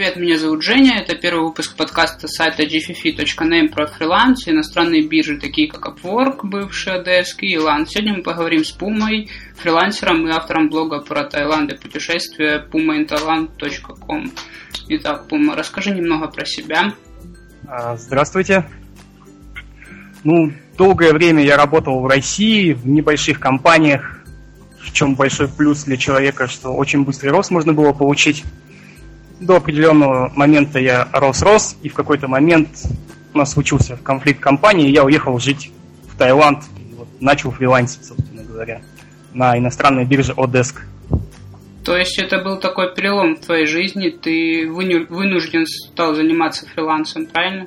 привет, меня зовут Женя, это первый выпуск подкаста сайта gffi.name про фриланс, иностранные биржи, такие как Upwork, бывший Odesk и Elance. Сегодня мы поговорим с Пумой, фрилансером и автором блога про Таиланд и путешествия pumainthailand.com. Итак, Пума, расскажи немного про себя. Здравствуйте. Долгое время я работал в России, в небольших компаниях, в чем большой плюс для человека, что очень быстрый рост можно было получить. До определенного момента я рос, и в какой-то момент у нас случился конфликт компании, и я уехал жить в Таиланд, и начал фрилансить, собственно говоря, на иностранной бирже Odesk. То есть это был такой перелом в твоей жизни, ты вынужден стал заниматься фрилансом, правильно?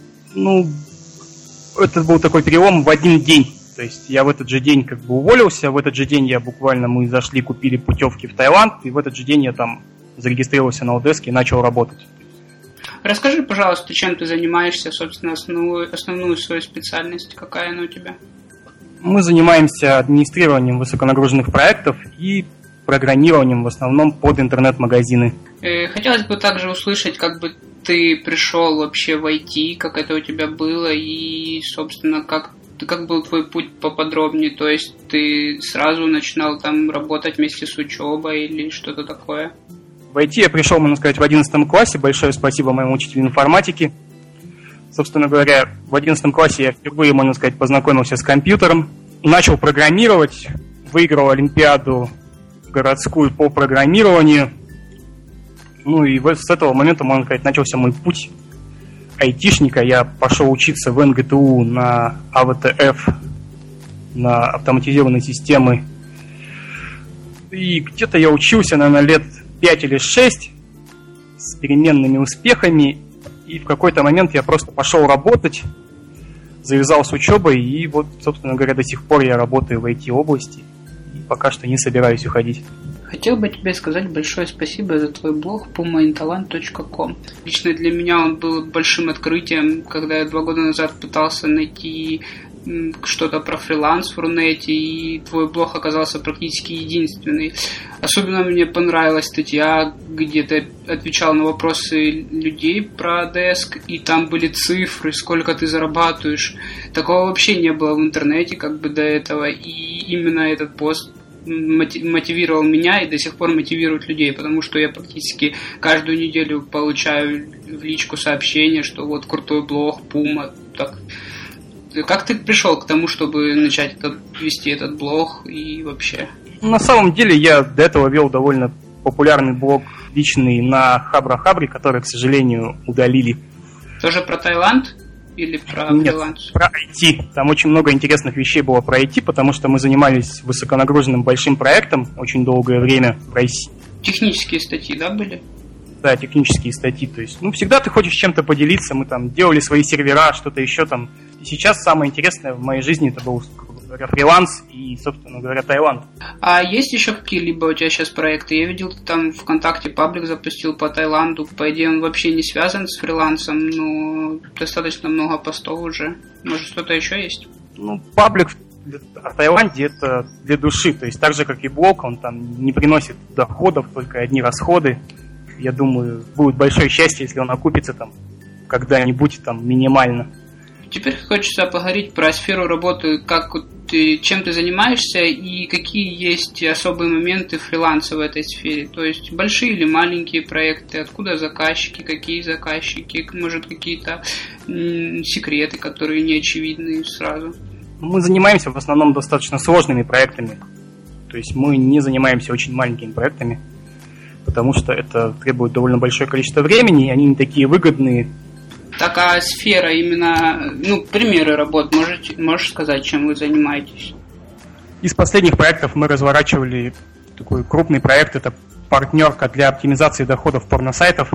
Это был такой перелом в один день. То есть я в этот же день уволился, в этот же день мы зашли, купили путевки в Таиланд, и в этот же день я там зарегистрировался на Odesk и начал работать. Расскажи, пожалуйста, чем ты занимаешься, собственно, основную свою специальность, какая она у тебя? Мы занимаемся администрированием высоконагруженных проектов и программированием в основном под интернет-магазины. Хотелось бы также услышать, как бы ты пришел вообще в IT, как это у тебя было и, собственно, как был твой путь поподробнее? То есть ты сразу начинал там работать вместе с учебой или что-то такое? В IT я пришел, можно сказать, в 11 классе. Большое спасибо моему учителю информатики. Собственно говоря, в 11 классе я впервые, можно сказать, познакомился с компьютером. Начал программировать, выиграл олимпиаду городскую по программированию. И с этого момента, можно сказать, начался мой путь айтишника. Я пошел учиться в НГТУ на АВТФ, на автоматизированные системы. И где-то я учился, наверное, лет 5 или 6 с переменными успехами. И в какой-то момент я просто пошел работать, завязал с учебой. И собственно говоря, до сих пор я работаю в IT-области. И пока что не собираюсь уходить. Хотел бы тебе сказать большое спасибо за твой блог pumainthailand.com. Лично для меня он был большим открытием, когда я 2 года назад пытался найти что-то про фриланс в Рунете, и твой блог оказался практически единственный. Особенно мне понравилась статья, где ты отвечал на вопросы людей про Odesk, и там были цифры, сколько ты зарабатываешь. Такого вообще не было в интернете до этого, и именно этот пост мотивировал меня и до сих пор мотивирует людей, потому что я практически каждую неделю получаю в личку сообщение, что крутой блог, Пума. Так. Как ты пришел к тому, чтобы начать вести этот блог и вообще? На самом деле я до этого вел довольно популярный блог личный на Хабра-Хабре, который, к сожалению, удалили. Тоже про Таиланд? Или про фриланс? Нет, про IT. Там очень много интересных вещей было про IT, потому что мы занимались высоконагруженным большим проектом очень долгое время в России. Технические статьи, да, были? Да, технические статьи. То есть, всегда ты хочешь чем-то поделиться. Мы там делали свои сервера, что-то еще там. И сейчас самое интересное в моей жизни это был, фриланс и, собственно говоря, Таиланд. А есть еще какие-либо у тебя сейчас проекты? Я видел, ты там ВКонтакте паблик запустил по Таиланду. По идее, он вообще не связан с фрилансом, но достаточно много постов уже. Может, что-то еще есть? Паблик в Таиланде это для души. То есть, так же, как и блог, он там не приносит доходов, только одни расходы. Я думаю, будет большое счастье, если он окупится там когда-нибудь там минимально. Теперь хочется поговорить про сферу работы, чем ты занимаешься и какие есть особые моменты фриланса в этой сфере. То есть большие или маленькие проекты, откуда заказчики, какие заказчики, может какие-то секреты, которые не очевидны сразу. Мы занимаемся в основном достаточно сложными проектами. То есть мы не занимаемся очень маленькими проектами, потому что это требует довольно большое количество времени, и они не такие выгодные. Так, а сфера именно, примеры работ, можешь сказать, чем вы занимаетесь? Из последних проектов мы разворачивали такой крупный проект, это партнерка для оптимизации доходов порносайтов.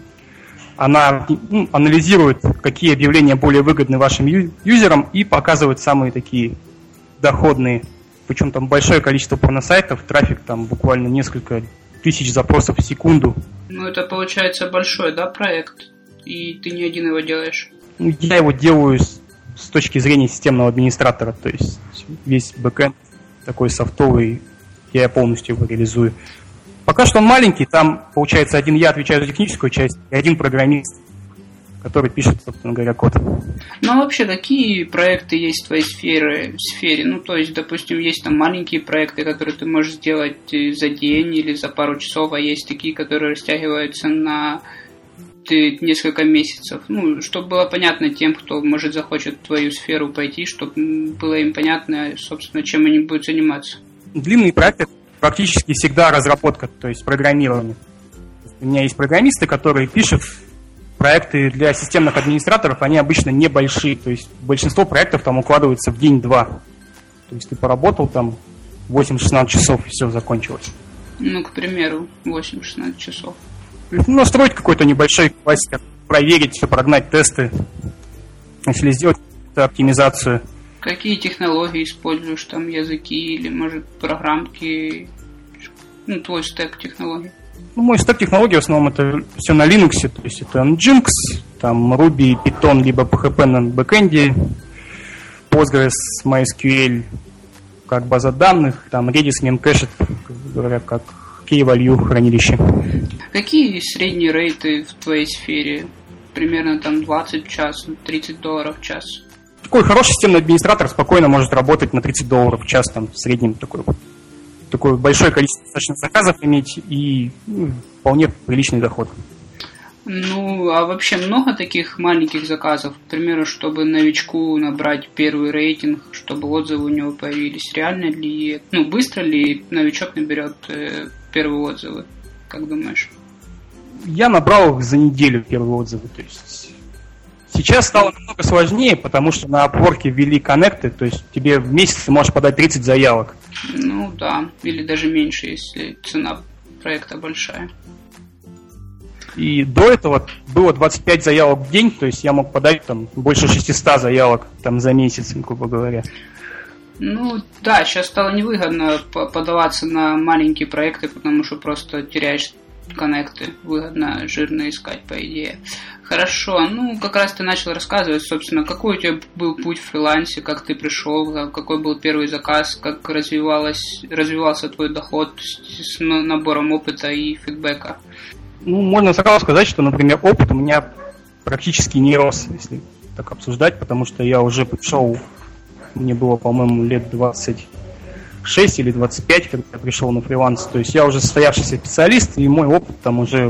Она анализирует, какие объявления более выгодны вашим юзерам и показывает самые такие доходные. Причем там большое количество порносайтов, трафик там буквально несколько тысяч запросов в секунду. Это получается большой, да, проект? И ты не один его делаешь? Я его делаю с точки зрения системного администратора, то есть весь бэкэнд такой софтовый, я полностью его реализую. Пока что он маленький, там, получается, один я отвечаю за техническую часть, и один программист, который пишет, собственно говоря, код. Ну, а вообще, какие проекты есть в твоей сфере? Ну, то есть, допустим, есть там маленькие проекты, которые ты можешь сделать за день или за пару часов, а есть такие, которые растягиваются на несколько месяцев. Ну, чтобы было понятно тем, кто, может, захочет в твою сферу пойти, чтобы было им понятно, собственно, чем они будут заниматься. Длинные проекты практически всегда разработка, то есть программирование. У меня есть программисты, которые пишут проекты для системных администраторов, они обычно небольшие, то есть большинство проектов там укладывается в день-два. То есть ты поработал там 8-16 часов и все, закончилось. Ну, к примеру, 8-16 часов. Настроить какой-то небольшой классик, проверить, все, прогнать тесты, если сделать оптимизацию. Какие технологии используешь, там языки или, может, программки, ну, твой стек технологий? Ну, мой стек технологий в основном это все на Linux, то есть это Nginx, там Ruby, Python, либо PHP на бэкэнде, Postgres, MySQL как база данных, там Redis, Memcached, говоря, как key-value хранилище. Какие средние рейты в твоей сфере? Примерно там 20 в час, $30 в час. Такой хороший системный администратор спокойно может работать на $30 в час, там в среднем такое большое количество достаточно заказов иметь и вполне приличный доход. Ну, а вообще много таких маленьких заказов, к примеру, чтобы новичку набрать первый рейтинг, чтобы отзывы у него появились? Реально ли, быстро ли новичок наберет первые отзывы, как думаешь? Я набрал их за неделю первые отзывы, то есть сейчас стало намного сложнее, потому что на Upwork ввели коннекты, то есть тебе в месяц ты можешь подать 30 заявок. Ну да, или даже меньше, если цена проекта большая. И до этого было 25 заявок в день, то есть я мог подать там больше 600 заявок там за месяц, грубо говоря. Ну да, сейчас стало невыгодно подаваться на маленькие проекты, потому что просто теряешь коннекты, выгодно жирно искать, по идее. Хорошо, как раз ты начал рассказывать, собственно, какой у тебя был путь в фрилансе, как ты пришел, какой был первый заказ, как развивался твой доход с набором опыта и фидбэка. Можно сразу сказать, что, например, опыт у меня практически не рос, если так обсуждать, потому что я уже пришел, мне было, по-моему, лет 26 или 25, когда я пришел на фриланс, то есть я уже состоявшийся специалист, и мой опыт там уже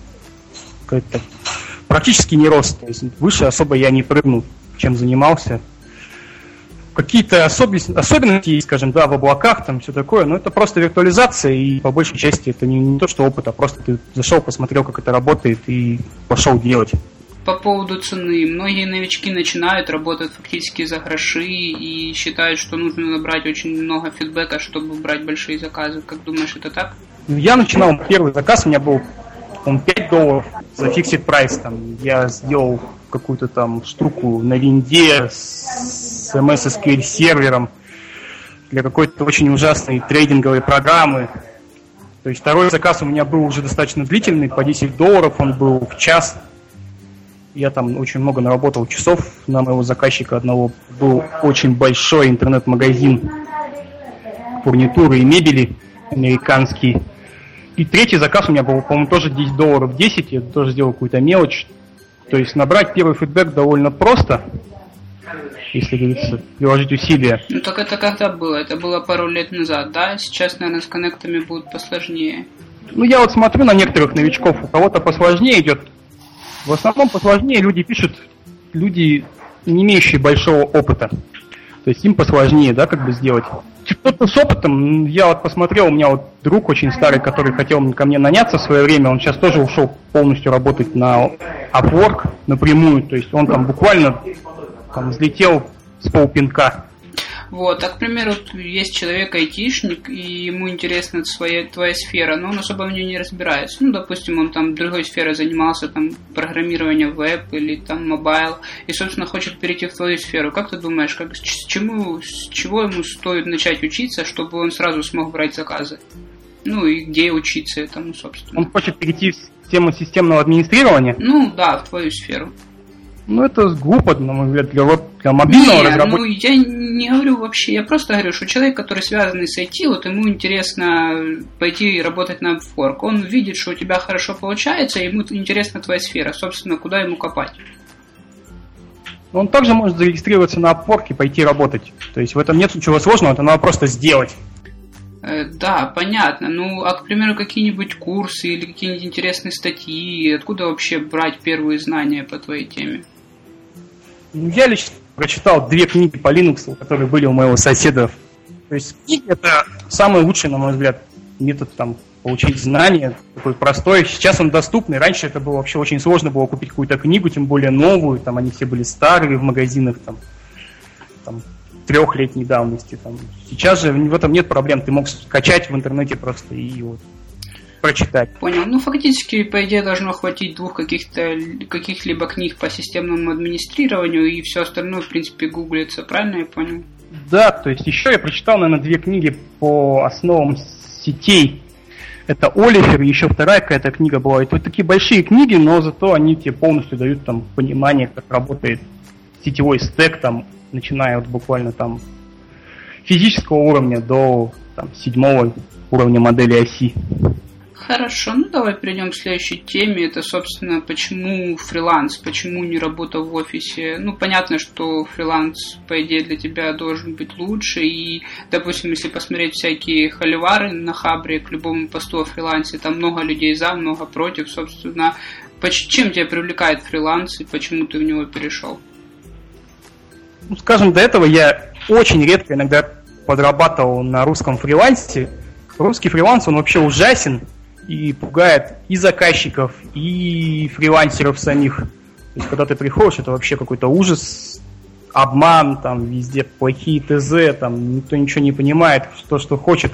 практически не рос, то есть выше особо я не прыгнул, чем занимался. Какие-то особенности, скажем, в облаках, там все такое, но это просто виртуализация, и по большей части это не то, что опыт, а просто ты зашел, посмотрел, как это работает, и пошел делать. По поводу цены. Многие новички начинают, работать фактически за гроши и считают, что нужно набрать очень много фидбэка, чтобы брать большие заказы. Как думаешь, это так? Я начинал, первый заказ у меня был $5 за fixed price. Там, я сделал какую-то там штуку на винде с MS SQL сервером для какой-то очень ужасной трейдинговой программы. То есть второй заказ у меня был уже достаточно длительный, по $10, он был в час. Я там очень много наработал часов на моего заказчика одного. Был очень большой интернет-магазин фурнитуры и мебели американский. И третий заказ у меня был, по-моему, тоже $10, 10, я тоже сделал какую-то мелочь. То есть набрать первый фидбэк довольно просто, если, говорится, приложить усилия. Так это когда было? Это было пару лет назад, да? Сейчас, наверное, с коннектами будет посложнее. Я вот смотрю на некоторых новичков, у кого-то посложнее идет. В основном посложнее люди пишут, люди, не имеющие большого опыта. То есть им посложнее, сделать. Кто-то с опытом, я вот посмотрел, у меня вот друг очень старый, который хотел ко мне наняться в свое время, он сейчас тоже ушел полностью работать на Upwork напрямую, то есть он там буквально взлетел с полпинка. Вот, а, к примеру, есть человек айтишник, и ему интересна твоя сфера, но он особо в ней не разбирается. Допустим, он там другой сферой занимался, там, программированием веб или там мобайл, и, собственно, хочет перейти в твою сферу. Как ты думаешь, с чего ему стоит начать учиться, чтобы он сразу смог брать заказы? И где учиться этому, собственно? Он хочет перейти в тему системного администрирования? Да, в твою сферу. Это глупо, на мой взгляд, для для мобильного разработчика. Я не говорю вообще, я просто говорю, что человек, который связан с IT, вот ему интересно пойти работать на Upwork, он видит, что у тебя хорошо получается, ему интересна твоя сфера, собственно, куда ему копать. Он также может зарегистрироваться на Upwork и пойти работать. То есть в этом нет ничего сложного, это надо просто сделать. Да, понятно. Ну, а, к примеру, какие-нибудь курсы или какие-нибудь интересные статьи, откуда вообще брать первые знания по твоей теме? Я лично прочитал 2 книги по Linux, которые были у моего соседа. То есть книги — это самый лучший, на мой взгляд, метод там получить знания, такой простой. Сейчас он доступный. Раньше это было вообще очень сложно было купить какую-то книгу, тем более новую. Там они все были старые в магазинах, там 3-летней давности. Там. Сейчас же в этом нет проблем. Ты мог скачать в интернете просто и вот прочитать. Понял. Ну, фактически, по идее, должно хватить 2 каких-либо книг по системному администрированию, и все остальное, в принципе, гуглится. Правильно я понял? Да, то есть еще я прочитал, наверное, 2 книги по основам сетей. Это Оливер, и еще 2 какая-то книга была. Это вот такие большие книги, но зато они тебе полностью дают там понимание, как работает сетевой стэк, там, начиная от буквально там физического уровня до там, 7 уровня модели оси. Хорошо, ну давай перейдем к следующей теме. Это, собственно, почему фриланс, почему не работа в офисе. Ну, понятно, что фриланс, по идее, для тебя должен быть лучше. И, допустим, если посмотреть всякие холивары на Хабре к любому посту о фрилансе, там много людей за, много против. Собственно, чем тебя привлекает фриланс и почему ты в него перешел? Ну, скажем, до этого я очень редко иногда подрабатывал на русском фрилансе. Русский фриланс, он вообще ужасен и пугает и заказчиков, и фрилансеров самих. То есть, когда ты приходишь, это вообще какой-то ужас, обман, там везде плохие ТЗ, там никто ничего не понимает, что хочет.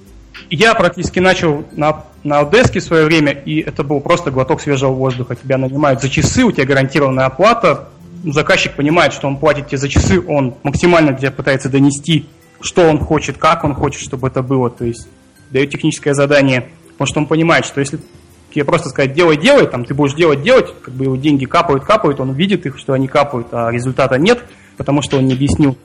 Я практически начал на Одеске в свое время, и это был просто глоток свежего воздуха. Тебя нанимают за часы, у тебя гарантированная оплата. Заказчик понимает, что он платит тебе за часы, он максимально тебя пытается донести, что он хочет, как он хочет, чтобы это было. То есть дает техническое задание, потому что он понимает, что если тебе просто сказать делай, там ты будешь делать, как бы его деньги капают, он видит их, что они капают, а результата нет, потому что он не объяснил.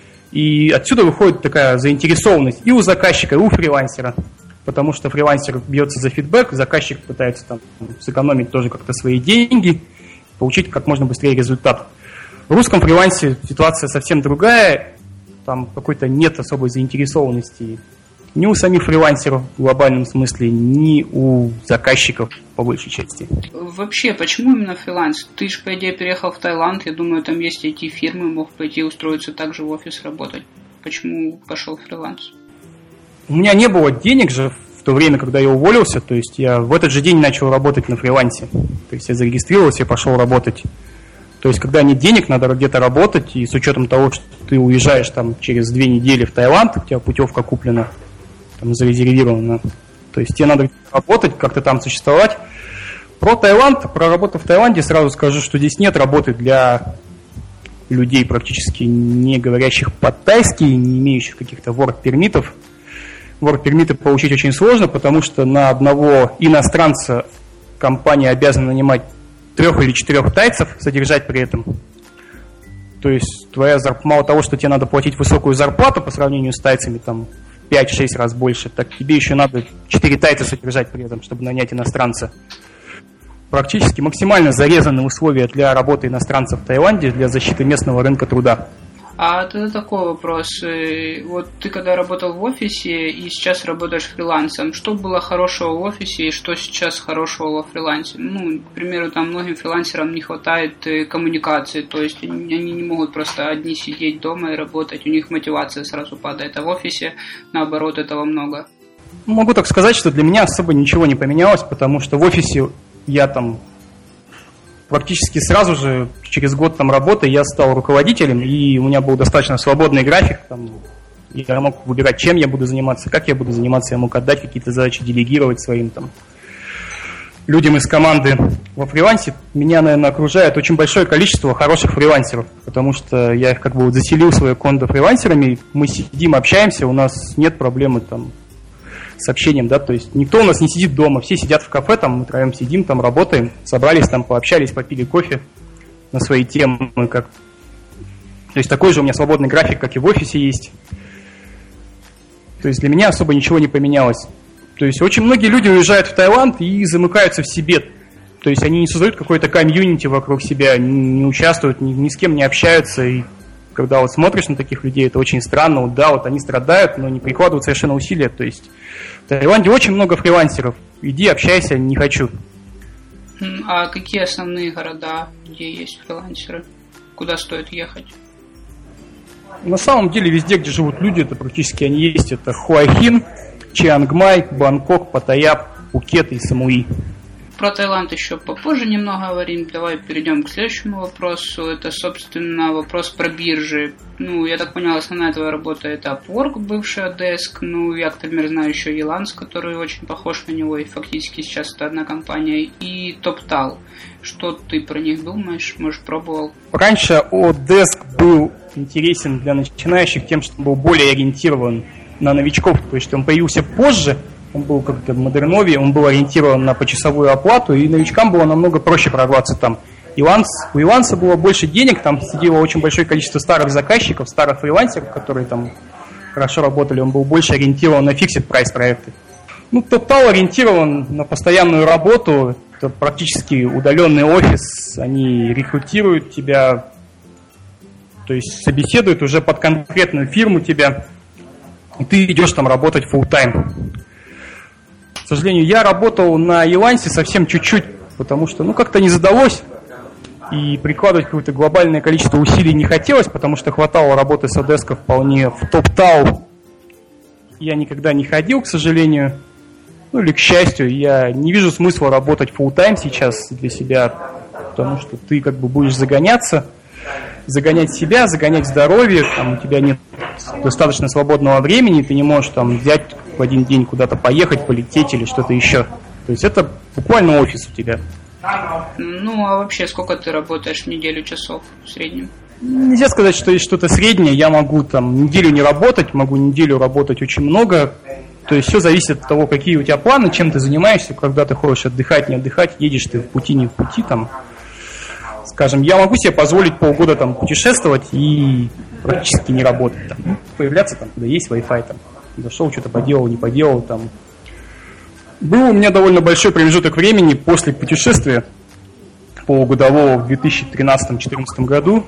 И отсюда выходит такая заинтересованность и у заказчика, и у фрилансера, потому что фрилансер бьется за фидбэк, заказчик пытается там сэкономить тоже как-то свои деньги, получить как можно быстрее результат. В русском фрилансе ситуация совсем другая, там какой-то нет особой заинтересованности ни у самих фрилансеров в глобальном смысле, ни у заказчиков по большей части. Вообще, почему именно фриланс? Ты же, по идее, переехал в Таиланд, я думаю, там есть IT-фирмы, мог пойти устроиться также в офис работать. Почему пошел в фриланс? У меня не было денег же в то время, когда я уволился, то есть я в этот же день начал работать на фрилансе. То есть я зарегистрировался и пошел работать. То есть когда нет денег, надо где-то работать, и с учетом того, что ты уезжаешь там через 2 недели в Таиланд, у тебя путевка куплена, там зарезервировано. То есть тебе надо работать, как-то там существовать. Про Таиланд, про работу в Таиланде сразу скажу, что здесь нет работы для людей, практически не говорящих по-тайски, не имеющих каких-то work-пермитов. Work-пермиты получить очень сложно, потому что на одного иностранца компания обязана нанимать 3 или 4 тайцев, содержать при этом. То есть твоя зарплата, мало того, что тебе надо платить высокую зарплату по сравнению с тайцами, там 5-6 раз больше, так тебе еще надо 4 тайца содержать при этом, чтобы нанять иностранца. Практически максимально зарезаны условия для работы иностранцев в Таиланде для защиты местного рынка труда. А тогда такой вопрос. Вот ты когда работал в офисе и сейчас работаешь фрилансом, что было хорошего в офисе и что сейчас хорошего во фрилансе? Ну, к примеру, там многим фрилансерам не хватает коммуникации, то есть они не могут просто одни сидеть дома и работать, у них мотивация сразу падает, а в офисе, наоборот, этого много. Могу так сказать, что для меня особо ничего не поменялось, потому что в офисе я там практически сразу же, через год там работы, я стал руководителем, и у меня был достаточно свободный график. Там, я мог выбирать, чем я буду заниматься, как я буду заниматься, я мог отдать какие-то задачи, делегировать своим там людям из команды. Во фрилансе меня, наверное, окружает очень большое количество хороших фрилансеров, потому что я их как бы вот заселил свое кондо фрилансерами, мы сидим, общаемся, у нас нет проблемы там с общением, да, то есть никто у нас не сидит дома, все сидят в кафе, там мы втроем сидим, там работаем, собрались, там пообщались, попили кофе на свои темы, как То есть такой же у меня свободный график, как и в офисе есть. То есть для меня особо ничего не поменялось. То есть очень многие люди уезжают в Таиланд и замыкаются в себе. То есть они не создают какое-то комьюнити вокруг себя, не участвуют, ни с кем не общаются. И когда вот смотришь на таких людей, это очень странно. Вот, да, вот они страдают, но не прикладывают совершенно усилия. То есть в Таиланде очень много фрилансеров. Иди, общайся, не хочу. А какие основные города, где есть фрилансеры? Куда стоит ехать? На самом деле везде, где живут люди, это практически они есть. Это Хуахин, Чиангмай, Бангкок, Паттайя, Пхукет и Самуи. Про Таиланд еще попозже немного говорим. Давай перейдем к следующему вопросу. Это, собственно, вопрос про биржи. Ну, я так понял, основная твоя работа это Upwork, бывший Odesk. Ну, я, например, знаю еще Elance, который очень похож на него, и фактически сейчас это одна компания. И TopTal. Что ты про них думаешь? Может, пробовал? Раньше Odesk был интересен для начинающих тем, что он был более ориентирован на новичков. То есть он появился позже. Он был как-то в модернове, он был ориентирован на почасовую оплату, и новичкам было намного проще прорваться там. У Elance было больше денег, там сидело очень большое количество старых заказчиков, старых фрилансеров, которые там хорошо работали, он был больше ориентирован на fixed price проекты. Ну, TopTal ориентирован на постоянную работу, это практически удаленный офис, они рекрутируют тебя, то есть собеседуют уже под конкретную фирму тебя, и ты идешь там работать full-time. К сожалению, я работал на Elance совсем чуть-чуть, потому что, как-то не задалось, и прикладывать какое-то глобальное количество усилий не хотелось, потому что хватало работы с Odesk вполне. В TopTal я никогда не ходил, к сожалению, или к счастью, я не вижу смысла работать full-time сейчас для себя, потому что ты как бы будешь загонять себя, загонять здоровье, там у тебя нет достаточно свободного времени, ты не можешь там взять в один день куда-то поехать, полететь или что-то еще. То есть это буквально офис у тебя. Ну, а вообще сколько ты работаешь в неделю часов в среднем? Нельзя сказать, что есть что-то среднее. Я могу там неделю не работать, могу неделю работать очень много. То есть все зависит от того, какие у тебя планы, чем ты занимаешься, когда ты хочешь отдыхать, не отдыхать, едешь ты в пути, не в пути там. Скажем, я могу себе позволить полгода там путешествовать и практически не работать там. Появляться там, куда есть Wi-Fi там. Зашел, что-то поделал, не поделал там. Был у меня довольно большой промежуток времени после путешествия полугодового в 2013-2014 году,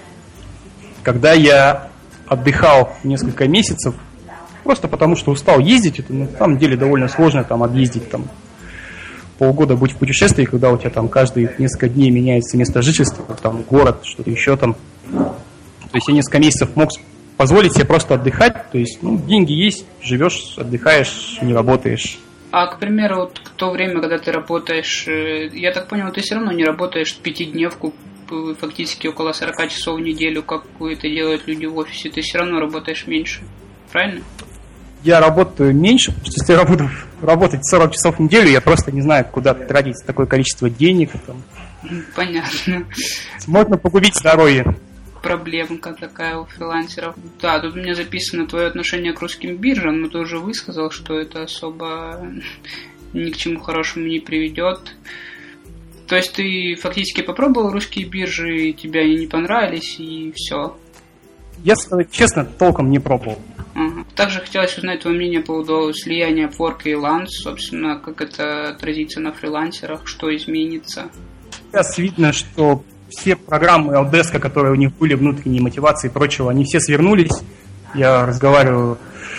когда я отдыхал несколько месяцев, просто потому что устал ездить. Это на самом деле довольно сложно там объездить там полгода быть в путешествии, когда у тебя там каждые несколько дней меняется место жительства, там город, что-то еще там. То есть я несколько месяцев мог позволить себе просто отдыхать, то есть деньги есть, живешь, отдыхаешь, не работаешь. А, к примеру, вот в то время, когда ты работаешь, я так понял, ты все равно не работаешь пятидневку, фактически около 40 часов в неделю, как это делают люди в офисе, ты все равно работаешь меньше, правильно? Я работаю меньше, потому что если я буду работать 40 часов в неделю, я просто не знаю, куда тратить такое количество денег. Там. Понятно. Можно погубить здоровье. Проблемка такая у фрилансеров. Да, тут у меня записано твое отношение к русским биржам, но ты уже высказал, что это особо ни к чему хорошему не приведет. То есть ты фактически попробовал русские биржи, и тебе они не понравились, и все. Я, сказать честно, толком не пробовал. Ага. Также хотелось узнать твое мнение по поводу слияния Upwork и Elance, собственно, как это отразится на фрилансерах, что изменится. Сейчас видно, что все программы Odesk, которые у них были, внутренние мотивации и прочего, они все свернулись. Я разговариваю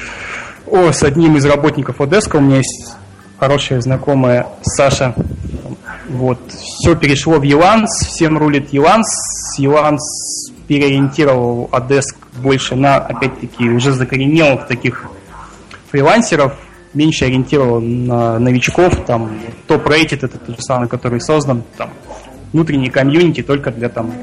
с одним из работников Odesk, у меня есть хорошая знакомая Саша. Вот. Все перешло в Elance, всем рулит Elance. Elance переориентировал Odesk больше на, опять-таки, уже закоренелых таких фрилансеров, меньше ориентировал на новичков, там, топ-рейтед, это тот же самый, который создан, там, внутренний комьюнити только для, там,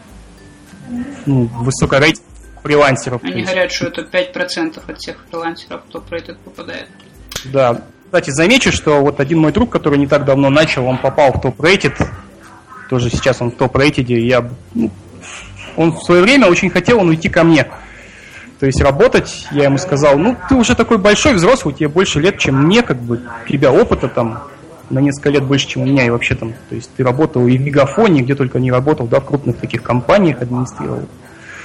высокорейтинговых фрилансеров. Они говорят, что это 5% от всех фрилансеров топ-рейтед попадает. Да. Кстати, замечу, что вот один мой друг, который не так давно начал, он попал в топ-рейтед, тоже сейчас он в топ-рейтеде, он в свое время очень хотел уйти ко мне, то есть работать. Я ему сказал, ты уже такой большой, взрослый, тебе больше лет, чем мне, как бы, у тебя опыта там на несколько лет больше, чем у меня, и вообще там, то есть ты работал и в Мегафоне, где только не работал, да, в крупных таких компаниях администрировал.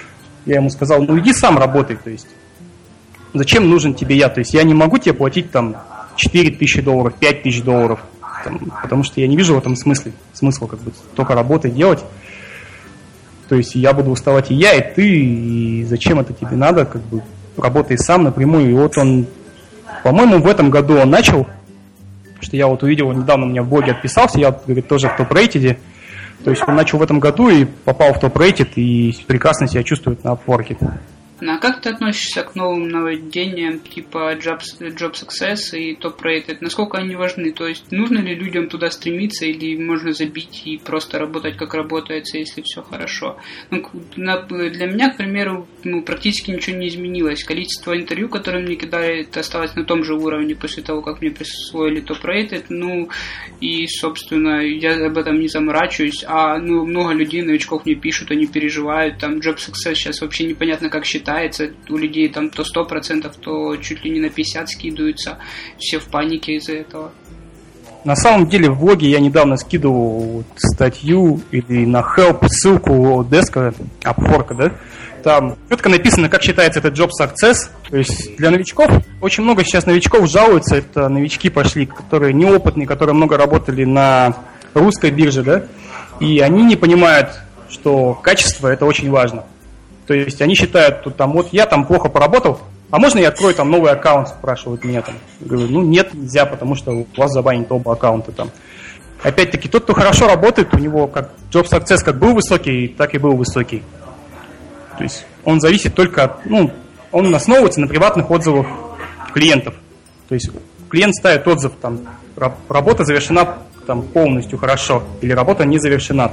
Я ему сказал, ну иди сам работай, то есть зачем нужен тебе я? То есть я не могу тебе платить там $4000, $5000, там, потому что я не вижу в этом смысла как бы только работать, делать. То есть я буду уставать и я, и ты, и зачем это тебе надо, как бы работай сам напрямую. И вот он, по-моему, в этом году он начал, что я вот увидел, недавно у меня в блоге отписался, я, говорит, тоже в топ-рейтеде. То есть он начал в этом году и попал в топ-рейтед и прекрасно себя чувствует на Upwork. Ну, а как ты относишься к новым нововведениям типа Job Success и Top Rated? Насколько они важны? То есть нужно ли людям туда стремиться или можно забить и просто работать как работается, если все хорошо? Ну, для меня, к примеру, практически ничего не изменилось. Количество интервью, которые мне кидали, осталось на том же уровне после того, как мне присвоили Top Rated. Ну, и, собственно, я об этом не заморачиваюсь. А много людей, новичков мне пишут, они переживают. Там Job Success сейчас вообще непонятно, как считать. У людей там то 100%, то чуть ли не на 50% скидываются. Все в панике из-за этого. На самом деле в блоге я недавно скидывал статью или на help ссылку деска Upwork, да? Там четко написано, как считается этот Job Success. То есть для новичков, очень много сейчас новичков жалуются, это новички пошли, которые неопытные, которые много работали на русской бирже, да? И они не понимают, что качество это очень важно. То есть они считают, что там, вот я там плохо поработал, а можно я открою там новый аккаунт, спрашивают меня там. Я говорю, ну нет, нельзя, потому что у вас забанят оба аккаунта там. Опять-таки, тот, кто хорошо работает, у него как Job Success как был высокий, так и был высокий. То есть он зависит только от, он основывается на приватных отзывах клиентов. То есть клиент ставит отзыв, там, работа завершена там, полностью хорошо, или работа не завершена.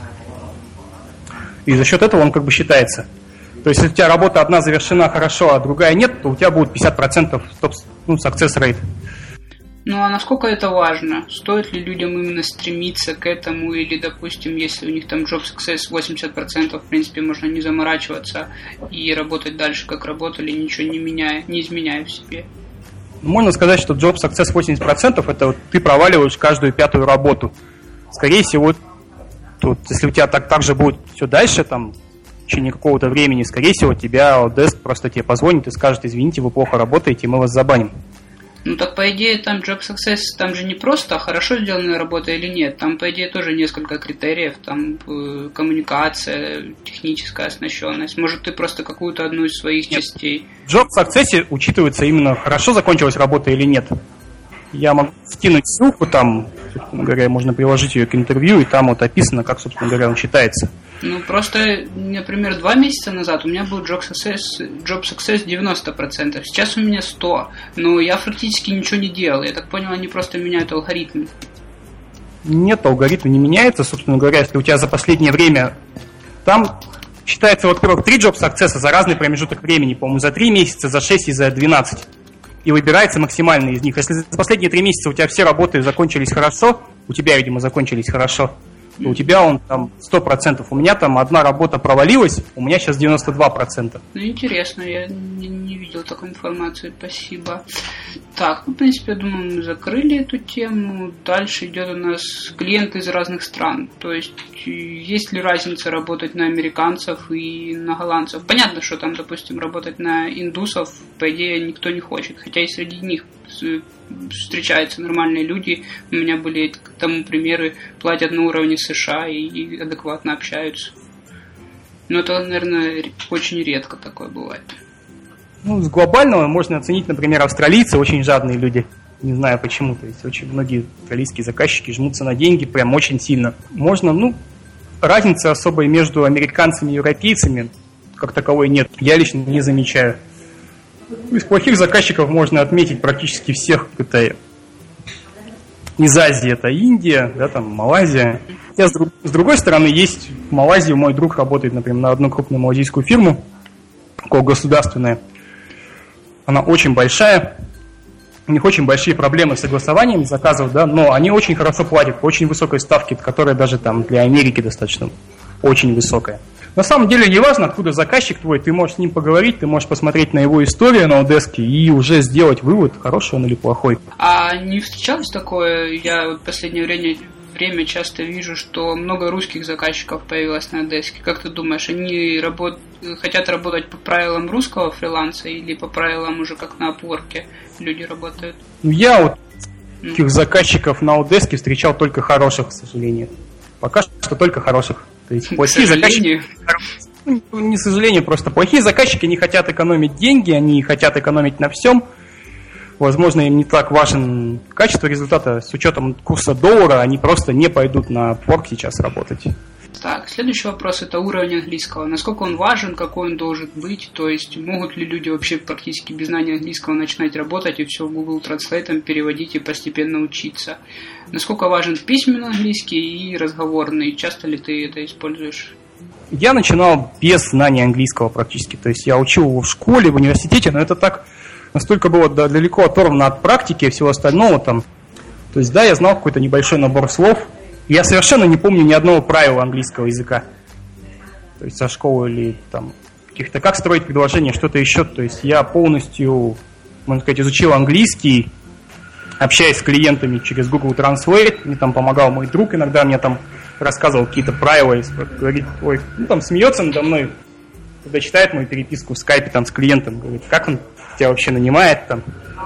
И за счет этого он как бы считается. То есть, если у тебя работа одна завершена хорошо, а другая нет, то у тебя будет 50% success rate. Ну, а насколько это важно? Стоит ли людям именно стремиться к этому? Или, допустим, если у них там Job Success 80%, в принципе, можно не заморачиваться и работать дальше, как работали, ничего не меняя, не изменяя в себе? Можно сказать, что Job Success 80% это вот ты проваливаешь каждую пятую работу. Скорее всего, тут, если у тебя так же будет все дальше, там, в течение какого-то времени, скорее всего, тебя Desk просто тебе позвонит и скажет, извините, вы плохо работаете, мы вас забаним. Ну так, по идее, там Job Success, там же не просто хорошо сделанная работа или нет, там, по идее, тоже несколько критериев, там коммуникация, техническая оснащенность. Может, ты просто какую-то одну из своих частей. В Job Success учитывается именно, хорошо закончилась работа или нет. Я могу скинуть ссылку, там, собственно говоря, можно приложить ее к интервью, и там вот описано, как, собственно говоря, он считается. Ну, просто, например, 2 месяца назад у меня был Job Success 90%, сейчас у меня 100%, но я фактически ничего не делал. Я так понял, они просто меняют алгоритмы. Нет, алгоритм не меняется, собственно говоря, если у тебя за последнее время, там считается, во-первых, 3 Job Success за разный промежуток времени, по-моему, за 3 месяца, за 6 и за 12. И выбирается максимальный из них. Если за последние 3 месяца у тебя все работы закончились хорошо, у тебя, видимо, закончились хорошо, то у тебя он там 100%. У меня там одна работа провалилась, у меня сейчас 92%. Ну, интересно, я не видел такой информации, спасибо. Так, в принципе, я думаю, мы закрыли эту тему. Дальше идет у нас клиенты из разных стран. То есть, есть ли разница работать на американцев и на голландцев? Понятно, что там, допустим, работать на индусов, по идее, никто не хочет. Хотя и среди них встречаются нормальные люди. У меня были к тому примеры, платят на уровне США и адекватно общаются. Но это, наверное, очень редко такое бывает. Ну, с глобального можно оценить, например, австралийцы, очень жадные люди. Не знаю почему. То есть очень многие австралийские заказчики жмутся на деньги прям очень сильно. Можно, разницы особой между американцами и европейцами как таковой нет. Я лично не замечаю. Из плохих заказчиков можно отметить практически всех. Это из Азии это Индия, да, там Малайзия. Хотя, с другой стороны, есть в Малайзии мой друг работает, например, на одну крупную малайзийскую фирму, такая государственная. Она очень большая, у них очень большие проблемы с согласованием заказов, да, но они очень хорошо платят, по очень высокой ставке, которая даже там для Америки достаточно очень высокая. На самом деле не важно, откуда заказчик твой, ты можешь с ним поговорить, ты можешь посмотреть на его историю на Удеске и уже сделать вывод, хороший он или плохой. А не встречалось такое, я в последнее время часто вижу, что много русских заказчиков появилось на Одеске. Как ты думаешь, они хотят работать по правилам русского фриланса или по правилам уже как на Upwork люди работают? Я вот таких заказчиков на Одеске встречал только хороших, к сожалению. Пока что только хороших. То есть плохие заказчики... Не к сожалению, просто плохие заказчики не хотят экономить деньги, они хотят экономить на всем. Возможно, им не так важен качество результата. С учетом курса доллара они просто не пойдут на Upwork сейчас работать. Так, следующий вопрос – это уровень английского. Насколько он важен, какой он должен быть? То есть, могут ли люди вообще практически без знания английского начинать работать и все в Google Translate переводить и постепенно учиться? Насколько важен письменный английский и разговорный? Часто ли ты это используешь? Я начинал без знания английского практически. То есть, я учил его в школе, в университете, но это так настолько было далеко оторвано от практики и всего остального там. То есть, да, я знал какой-то небольшой набор слов. Я совершенно не помню ни одного правила английского языка. То есть со школы или там каких-то как строить предложения, что-то еще. То есть я полностью, можно сказать, изучил английский, общаясь с клиентами через Google Translate. Мне там помогал мой друг, иногда мне там рассказывал какие-то правила, и говорит, ой, ну там смеется надо мной, когда читает мою переписку в скайпе там с клиентом, говорит, как он тебя вообще нанимает там,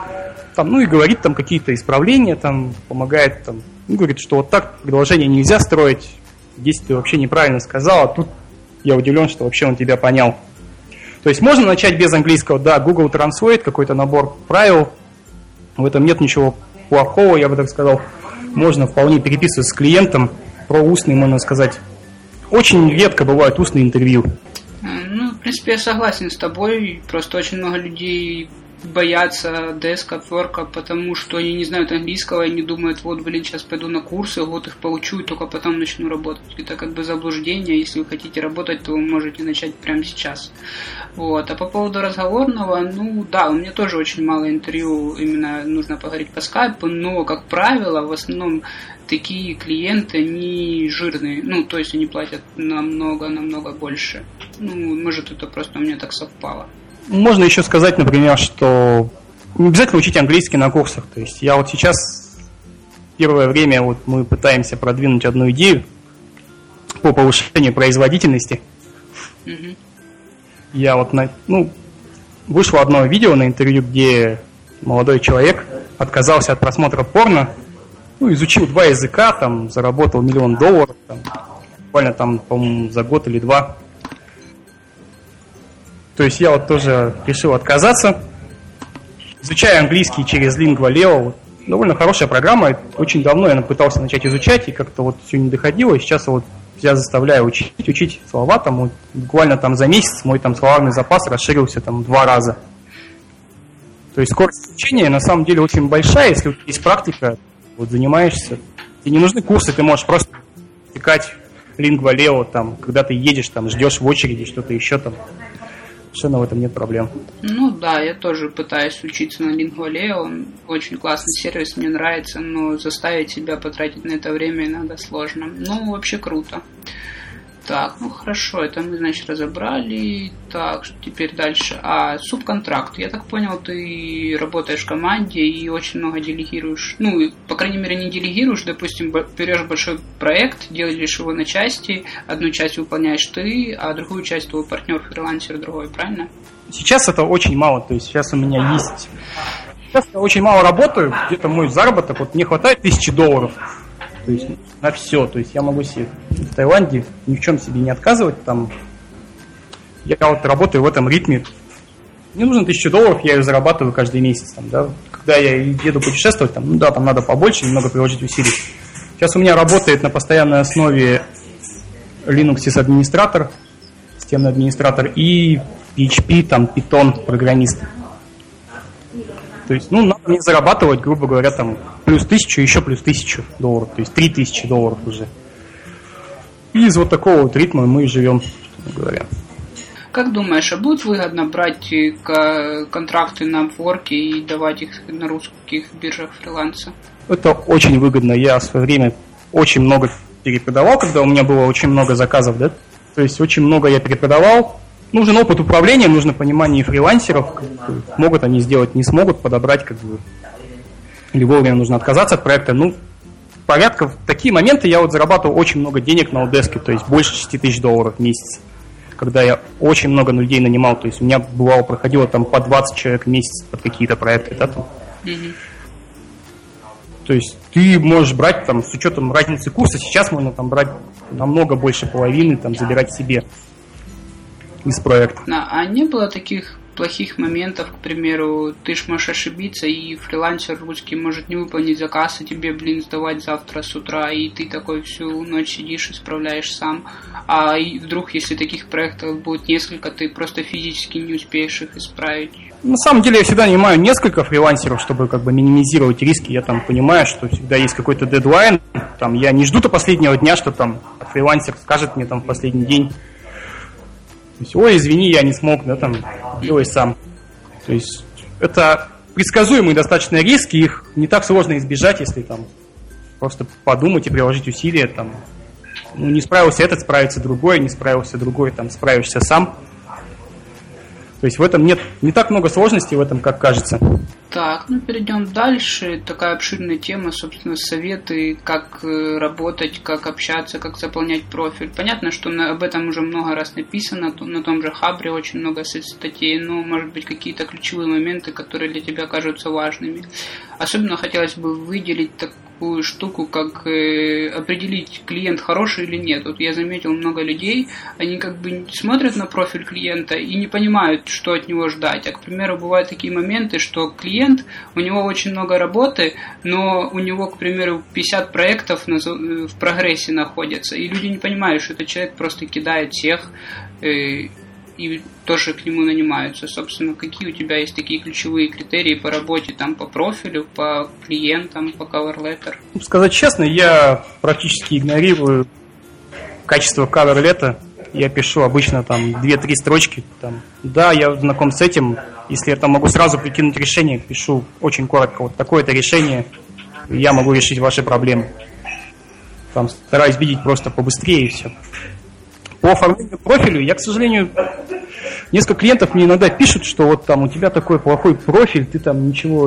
ну и говорит там какие-то исправления, там помогает там. Говорит, что вот так предложение нельзя строить, здесь ты вообще неправильно сказал, а тут я удивлен, что вообще он тебя понял. То есть можно начать без английского, да, Google Translate, какой-то набор правил, в этом нет ничего плохого, я бы так сказал. Можно вполне переписываться с клиентом, про устный, можно сказать. Очень редко бывают устные интервью. Ну, в принципе, я согласен с тобой, просто очень много людей боятся деска, Upwork, потому что они не знают английского и не думают, вот, блин, сейчас пойду на курсы, вот их получу и только потом начну работать. Это как бы заблуждение, если вы хотите работать, то вы можете начать прямо сейчас. Вот. А по поводу разговорного, ну да, у меня тоже очень мало интервью, именно нужно поговорить по скайпу, но, как правило, в основном такие клиенты, они жирные, ну, то есть они платят намного больше. Ну, может, это просто у меня так совпало. Можно еще сказать, например, что не обязательно учить английский на курсах. То есть я вот сейчас первое время вот мы пытаемся продвинуть одну идею по повышению производительности. Mm-hmm. Я вот вышло одно видео на интервью, где молодой человек отказался от просмотра порно, изучил 2 языка, там заработал $1 миллион, там, буквально там, по-моему, за год или 2. То есть я вот тоже решил отказаться. Изучаю английский через Lingua.leo. Довольно хорошая программа. Очень давно я пытался начать изучать, и как-то вот все не доходило. И сейчас вот я заставляю учить слова. Там, вот, буквально там за месяц мой там словарный запас расширился там 2 раза. То есть скорость изучения на самом деле очень большая. Если у тебя есть практика, вот занимаешься. Тебе не нужны курсы, ты можешь просто втыкать Lingua.leo, там, когда ты едешь, там, ждешь в очереди, что-то еще там. Совершенно в этом нет проблем. Ну да, я тоже пытаюсь учиться на Lingua.leo, он очень классный сервис, мне нравится, но заставить себя потратить на это время иногда сложно. Ну, вообще круто. Так, ну хорошо, это мы, значит, разобрали. Так, теперь дальше. Субконтракт. Я так понял, ты работаешь в команде и очень много делегируешь. Ну, по крайней мере, не делегируешь. Допустим, берешь большой проект, делишь его на части. Одну часть выполняешь ты, а другую часть твой партнер-фрилансер другой, правильно? Сейчас это очень мало. То есть сейчас у меня есть... Сейчас я очень мало работаю. Где-то мой заработок, вот мне хватает $1000. То есть на все. То есть я могу себе в Таиланде ни в чем себе не отказывать. Там я вот работаю в этом ритме. Мне нужно $1000, я ее зарабатываю каждый месяц. Там, да. Когда я еду путешествовать, там, там надо побольше, немного приложить усилий. Сейчас у меня работает на постоянной основе Linux администратор, системный администратор, и PHP, там, Python программист. То есть, надо мне зарабатывать, грубо говоря, там, плюс 1000, еще плюс $1000. То есть $3000 уже. И из вот такого вот ритма мы живем, собственно говоря. Как думаешь, а будет выгодно брать контракты на Upwork и давать их на русских биржах фриланса? Это очень выгодно. Я в свое время очень много перепродавал, когда у меня было очень много заказов, да? То есть очень много я перепродавал. Нужен опыт управления, нужно понимание фрилансеров, могут они сделать, не смогут подобрать, или вовремя нужно отказаться от проекта. порядка, в такие моменты я вот зарабатывал очень много денег на Odesk, то есть больше $6000 в месяц, когда я очень много людей нанимал, то есть у меня бывало проходило там по 20 человек в месяц под какие-то проекты, да, там. То есть ты можешь брать там с учетом разницы курса, сейчас можно там брать намного больше половины, там забирать себе из проекта. А не было таких плохих моментов, к примеру, ты ж можешь ошибиться, и фрилансер русский может не выполнить заказ, и тебе, сдавать завтра с утра, и ты такой всю ночь сидишь и справляешь сам. А вдруг, если таких проектов будет несколько, ты просто физически не успеешь их исправить. На самом деле я всегда нанимаю несколько фрилансеров, чтобы как бы минимизировать риски. Я там понимаю, что всегда есть какой-то дедлайн. Там, я не жду до последнего дня, что там фрилансер скажет мне там в последний день: то есть, ой, извини, я не смог, да, там, делай сам. То есть это предсказуемые достаточно риски, их не так сложно избежать, если там просто подумать и приложить усилия, там, ну, не справился этот, справится другой, не справился другой, там, справишься сам. То есть в этом нет не так много сложностей в этом, как кажется. Так, перейдем дальше. Такая обширная тема, собственно, советы, как работать, как общаться, как заполнять профиль. Понятно, что об этом уже много раз написано, на том же Хабре очень много статей, но, может быть, какие-то ключевые моменты, которые для тебя кажутся важными. Особенно хотелось бы выделить такую штуку, как определить, клиент хороший или нет. Вот я заметил много людей, они как бы смотрят на профиль клиента и не понимают, что от него ждать. А, к примеру, бывают такие моменты, что клиент, у него очень много работы, но у него, к примеру, 50 проектов в прогрессе находятся, и люди не понимают, что этот человек просто кидает всех и тоже к нему нанимаются. Собственно, какие у тебя есть такие ключевые критерии по работе, там, по профилю, по клиентам, по cover letter? Сказать честно, я практически игнорирую качество cover letter. Я пишу обычно там 2-3 строчки. Там. Да, я знаком с этим. Если я там могу сразу прикинуть решение, пишу очень коротко: вот такое-то решение, я могу решить ваши проблемы. Там стараюсь видеть просто побыстрее и все. По оформлению профиля я, к сожалению, несколько клиентов мне иногда пишут, что вот там у тебя такой плохой профиль, ты там ничего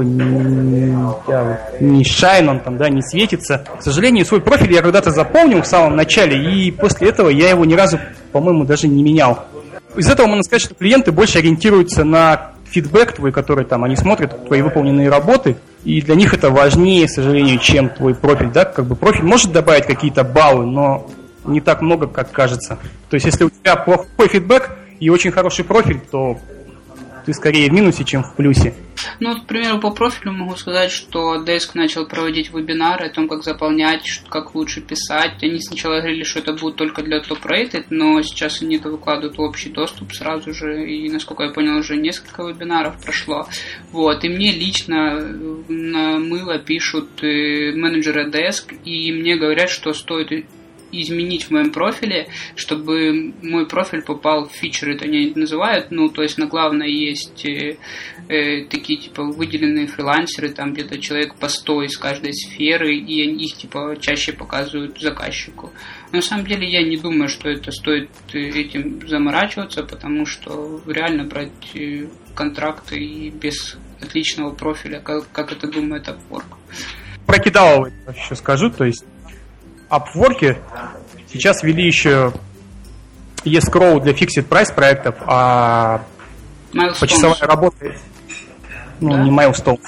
не шайн, он там, да, не светится. К сожалению, свой профиль я когда-то заполнил в самом начале, и после этого я его ни разу, по-моему, даже не менял. Из этого можно сказать, что клиенты больше ориентируются на фидбэк твой, который там, они смотрят твои выполненные работы, и для них это важнее, к сожалению, чем твой профиль, да, как бы профиль может добавить какие-то баллы, но не так много, как кажется. То есть, если у тебя плохой фидбэк и очень хороший профиль, то ты скорее в минусе, чем в плюсе. Ну, к примеру, по профилю могу сказать, что Desk начал проводить вебинары о том, как заполнять, как лучше писать. Они сначала говорили, что это будет только для топ-рейтед, но сейчас они это выкладывают в общий доступ сразу же, и, насколько я понял, уже несколько вебинаров прошло. Вот, и мне лично на мыло пишут менеджеры Desk, и мне говорят, что стоит изменить в моем профиле, чтобы мой профиль попал в фичеры, это они называют, ну, то есть на главной есть такие, типа, выделенные фрилансеры, там где-то человек по 100 из каждой сферы, и их, типа, чаще показывают заказчику. Но на самом деле я не думаю, что это стоит этим заморачиваться, потому что реально брать контракты и без отличного профиля, как это думает Upwork. Про кидалово еще скажу, то есть Upwork сейчас ввели еще escrow для fixed price проектов, а почасовая работа, ну, да? Не milestone.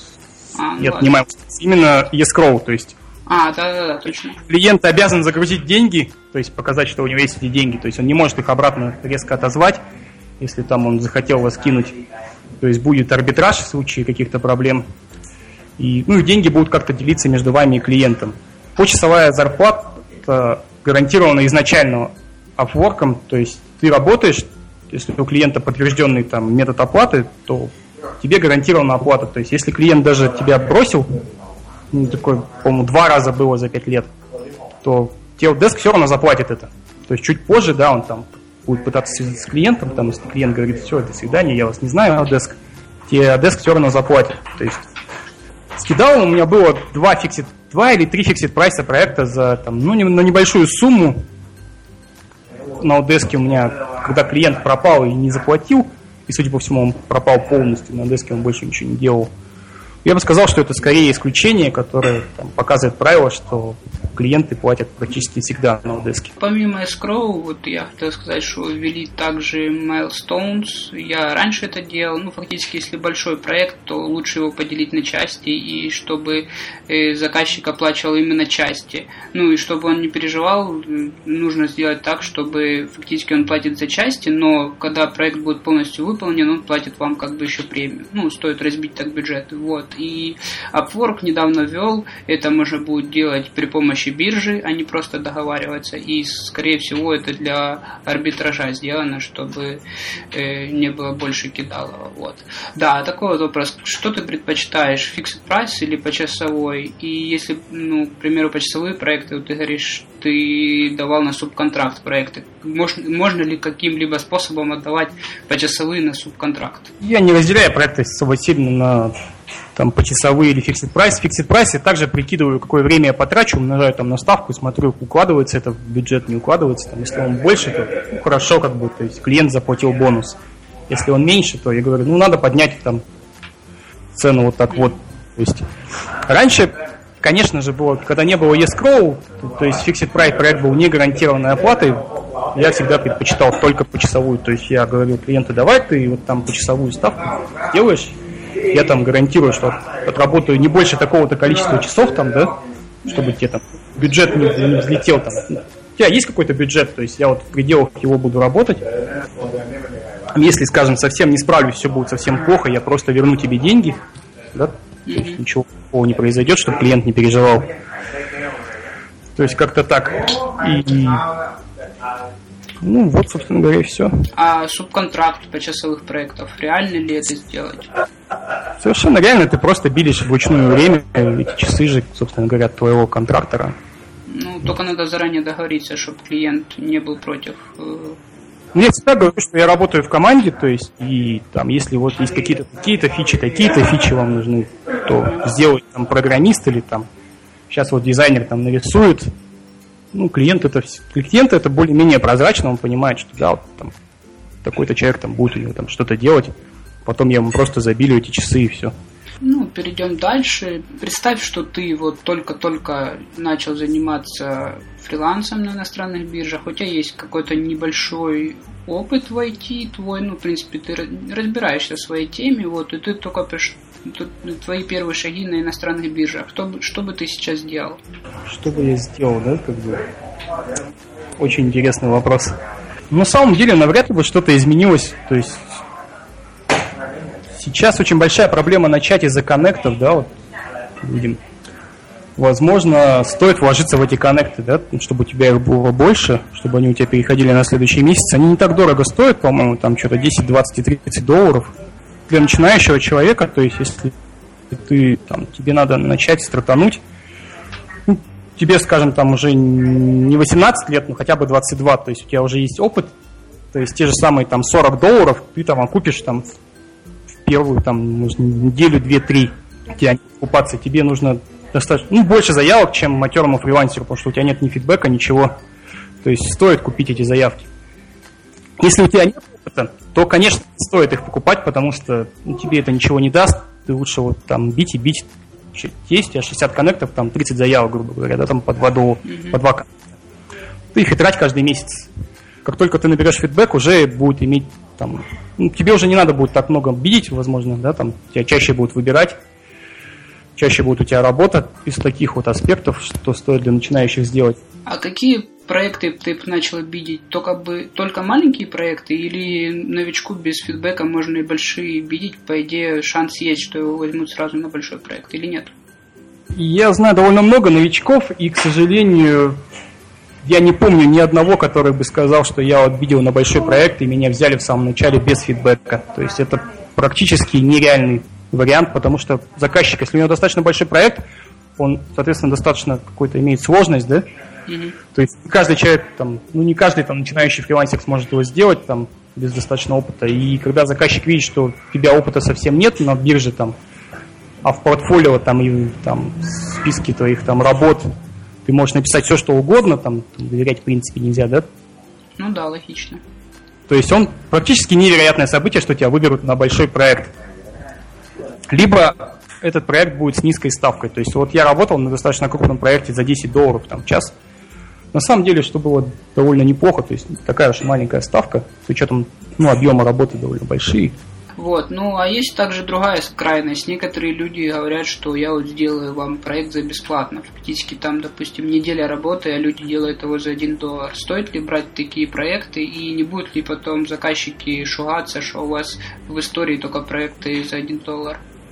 Нет, ладно. Не milestone. Именно escrow, то есть. Да, точно. Клиент обязан загрузить деньги, то есть показать, что у него есть эти деньги, то есть он не может их обратно резко отозвать, если там он захотел вас кинуть. То есть будет арбитраж в случае каких-то проблем. И, ну, и деньги будут как-то делиться между вами и клиентом. Почасовая зарплата гарантирована изначально Upwork'ом, то есть ты работаешь, если у клиента подтвержденный там метод оплаты, то тебе гарантирована оплата. То есть если клиент даже тебя бросил, ну, такой, по-моему, 2 раза было за 5 лет, то тебе Desk все равно заплатит это. То есть чуть позже, да, он там будет пытаться связаться с клиентом, там, если клиент говорит: все, до свидания, я вас не знаю, Desk, тебе Desk все равно заплатит. То есть с Кидалом у меня было 2 или 3 фиксит прайса проекта за там, ну, на небольшую сумму. На Odesk у меня, когда клиент пропал и не заплатил, и, судя по всему, он пропал полностью, на Odesk он больше ничего не делал, Я бы сказал, что это скорее исключение, которое там показывает правило, что клиенты платят практически всегда на Odesk. Помимо escrow, вот я хотел сказать, что ввели также milestones. Я раньше это делал. Фактически, если большой проект, то лучше его поделить на части, и чтобы заказчик оплачивал именно части. И чтобы он не переживал, нужно сделать так, чтобы фактически он платит за части, но когда проект будет полностью выполнен, он платит вам как бы еще премию. Стоит разбить так бюджет. Вот. И Upwork недавно ввел, это можно будет делать при помощи биржи, а не просто договариваться. И, скорее всего, это для арбитража сделано, чтобы не было больше кидалова. Вот. Да, такой вот вопрос. Что ты предпочитаешь, fixed price или почасовой? И если, к примеру, почасовые проекты, вот ты говоришь, ты давал на субконтракт проекты. Можно ли каким-либо способом отдавать почасовые на субконтракт? Я не разделяю проекты особо сильно на почасовые или fixed price. Fixed price я также прикидываю, какое время я потрачу, умножаю на ставку, смотрю, укладывается это в бюджет, не укладывается. Если он больше, то хорошо, то есть клиент заплатил бонус. Если он меньше, то я говорю, надо поднять цену вот так вот. То есть раньше, конечно же, было, когда не было escrow, то есть fixed price проект был не гарантированной оплатой, я всегда предпочитал только почасовую. То есть я говорю клиенту, давай ты почасовую ставку делаешь, я гарантирую, что отработаю не больше такого-то количества часов чтобы тебе бюджет не взлетел У тебя есть какой-то бюджет, то есть я в пределах его буду работать. Если, скажем, совсем не справлюсь, все будет совсем плохо, я просто верну тебе деньги, То есть ничего плохого не произойдет, чтобы клиент не переживал. То есть как-то так. Вот, собственно говоря, и все. А субконтракт почасовых проектов, реально ли это сделать? Совершенно реально, ты просто билишь вручную время, эти часы же, собственно говоря, от твоего контрактора. Только надо заранее договориться, чтобы клиент не был против. Я всегда говорю, что я работаю в команде, то есть, и если есть какие-то фичи вам нужны, то сделать программист или сейчас дизайнер нарисует. Клиент это более-менее прозрачно, он понимает, что такой-то человек будет у него что-то делать, потом я ему просто забилю эти часы и все. Перейдем дальше. Представь, что ты только-только начал заниматься фрилансом на иностранных биржах, у тебя есть какой-то небольшой опыт в IT твой, в принципе, ты разбираешься в своей теме, и ты только твои первые шаги на иностранных биржах. Что бы ты сейчас сделал? Что бы я сделал, Очень интересный вопрос. На самом деле, навряд ли бы что-то изменилось. То есть сейчас очень большая проблема начать из-за коннектов, видим. Возможно, стоит вложиться в эти коннекты, чтобы у тебя их было больше, чтобы они у тебя переходили на следующий месяц. Они не так дорого стоят, по-моему, что-то 10, 20 и 30 долларов. Для начинающего человека, то есть если тебе надо начать стартануть, тебе, скажем, уже не 18 лет, но хотя бы 22, то есть у тебя уже есть опыт, то есть те же самые $40 ты окупишь в первую неделю, 2-3, тебе окупаться, тебе нужно достаточно, больше заявок, чем матерому фрилансеру, потому что у тебя нет ни фидбэка, ничего, то есть стоит купить эти заявки. Если у тебя нет опыта, то, конечно, стоит их покупать, потому что тебе это ничего не даст. Ты лучше бить и бить. Есть у тебя 60 коннектов, 30 заявок, грубо говоря, по $2, по 2 коннекта. Ты их и трать каждый месяц. Как только ты наберешь фидбэк, уже будет иметь тебе уже не надо будет так много бидить, возможно, тебя чаще будут выбирать, чаще будет у тебя работа из таких аспектов, что стоит для начинающих сделать. А какие проекты ты начал бидить? Только маленькие проекты или новичку без фидбэка можно и большие бидить? По идее, шанс есть, что его возьмут сразу на большой проект или нет? Я знаю довольно много новичков, и, к сожалению, я не помню ни одного, который бы сказал, что я бидил на большой проект, и меня взяли в самом начале без фидбэка. То есть это практически нереальный вариант, потому что заказчик, если у него достаточно большой проект, он, соответственно, достаточно какой-то имеет сложность, То есть каждый человек, не каждый начинающий фрилансер сможет его сделать без достаточного опыта. И когда заказчик видит, что у тебя опыта совсем нет на бирже, а в портфолио и в списке твоих работ ты можешь написать все, что угодно, доверять в принципе нельзя, да? Да, логично. То есть он практически невероятное событие, что тебя выберут на большой проект. Либо этот проект будет с низкой ставкой. То есть вот я работал на достаточно крупном проекте за $10 там, в час. На самом деле, что было довольно неплохо, то есть такая уж маленькая ставка, с учетом объема работы довольно большие. Вот, а есть также другая крайность. Некоторые люди говорят, что я вот сделаю вам проект за бесплатно. Фактически там, допустим, неделя работы, а люди делают его за $1. Стоит ли брать такие проекты, и не будут ли потом заказчики шугаться, что у вас в истории только проекты за $1?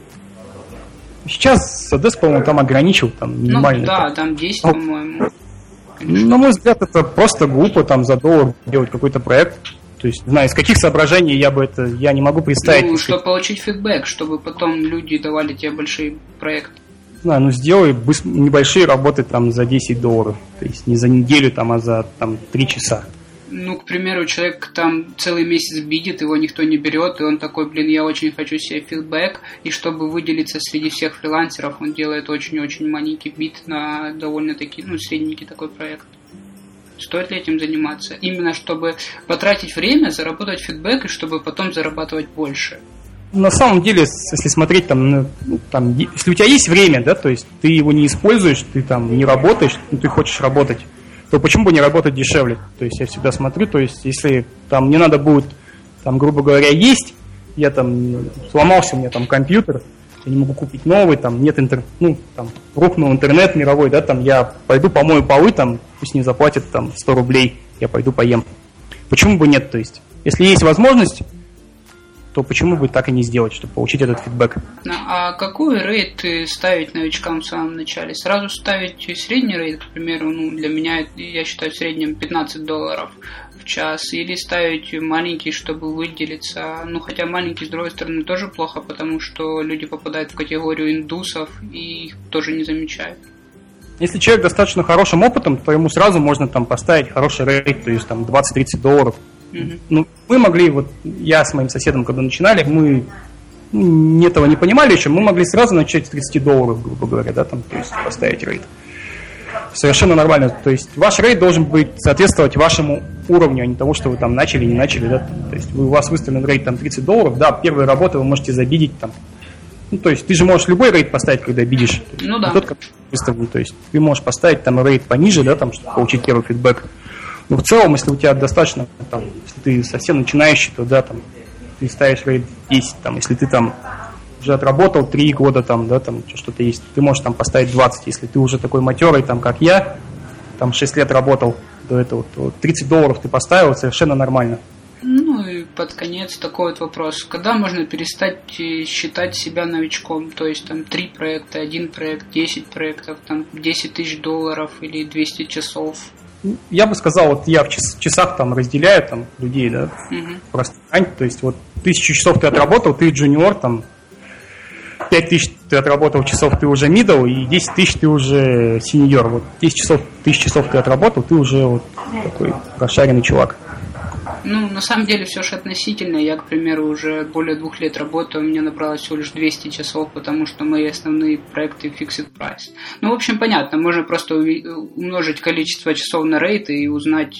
Сейчас Odesk, по-моему, там ограничил там минимально. Да, там 10, по-моему. На мой взгляд, это просто глупо там за $1 делать какой-то проект. То есть, не знаю, из каких соображений я не могу представить. Чтобы получить фидбэк, чтобы потом люди давали тебе большие проекты. Не знаю, сделай небольшие работы там за $10. То есть не за неделю, а за 3 часа. К примеру, человек там целый месяц бидит, его никто не берет, и он такой, я очень хочу себе фидбэк, и чтобы выделиться среди всех фрилансеров, он делает очень-очень маленький бит на довольно-таки, средненький такой проект. Стоит ли этим заниматься? Именно чтобы потратить время, заработать фидбэк, и чтобы потом зарабатывать больше. На самом деле, если смотреть, если у тебя есть время, да, то есть ты его не используешь, ты там не работаешь, ты хочешь работать, то почему бы не работать дешевле? То есть я всегда смотрю, то есть если там мне надо будет, грубо говоря, есть, я сломался у меня компьютер, я не могу купить новый, нет рухнул интернет мировой, да, я пойду помою полы, пусть не заплатят $100, я пойду поем. Почему бы нет, то есть, если есть возможность, то почему бы так и не сделать, чтобы получить этот фидбэк? А какой рейд ставить новичкам в самом начале? Сразу ставить средний рейд, к примеру, для меня, я считаю, в среднем $15 в час, или ставить маленький, чтобы выделиться? Хотя маленький, с другой стороны, тоже плохо, потому что люди попадают в категорию индусов и их тоже не замечают. Если человек достаточно хорошим опытом, то ему сразу можно поставить хороший рейд, то есть $20-30. Мы могли, я с моим соседом, когда начинали, мы этого не понимали еще, мы могли сразу начать с $30, грубо говоря, да, то есть поставить рейд. Совершенно нормально. То есть ваш рейд должен быть соответствовать вашему уровню, а не тому, что вы начали, не начали, да. То есть у вас выставлен рейд $30, да, первые работы вы можете забидить то есть ты же можешь любой рейд поставить, когда бидишь. Да. Тот, как выставлен, то есть ты можешь поставить рейд пониже, да, чтобы получить первый фидбэк. Но в целом, если у тебя достаточно, если ты совсем начинающий, то да, ты ставишь рейд 10, если ты уже отработал 3 года, что-то есть, ты можешь поставить 20. Если ты уже такой матерый, как я, 6 лет работал до этого, то $30 ты поставил, совершенно нормально. И под конец такой вопрос. Когда можно перестать считать себя новичком? То есть 3 проекта, 1 проект, 10 проектов, $10 000 или 200 часов? Я бы сказал, я в часах разделяю людей, да, просто, то есть 1000 часов ты отработал, ты джуниор, 5000 ты отработал часов, ты уже middle, и 10 000 ты уже сеньор. 1000 часов ты отработал, ты уже такой прошаренный чувак. На самом деле все же относительно. Я, к примеру, уже более 2 лет работаю, у меня набралось всего лишь 200 часов, потому что мои основные проекты fixed price. В общем, понятно, можно просто умножить количество часов на рейд и узнать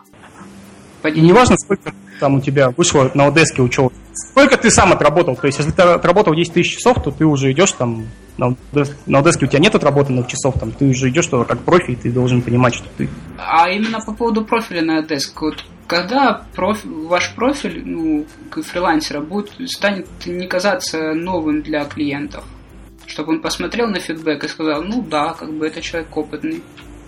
Не важно, сколько у тебя вышло на Odesk учет. Сколько ты сам отработал. То есть, если ты отработал 10 000 часов, то ты уже идешь на Odesk у тебя нет отработанных часов, ты уже идешь как профи, и ты должен понимать, что ты... А именно по поводу профиля на Odesk, когда ваш профиль фрилансера станет не казаться новым для клиентов, чтобы он посмотрел на фидбэк и сказал, да, это человек опытный.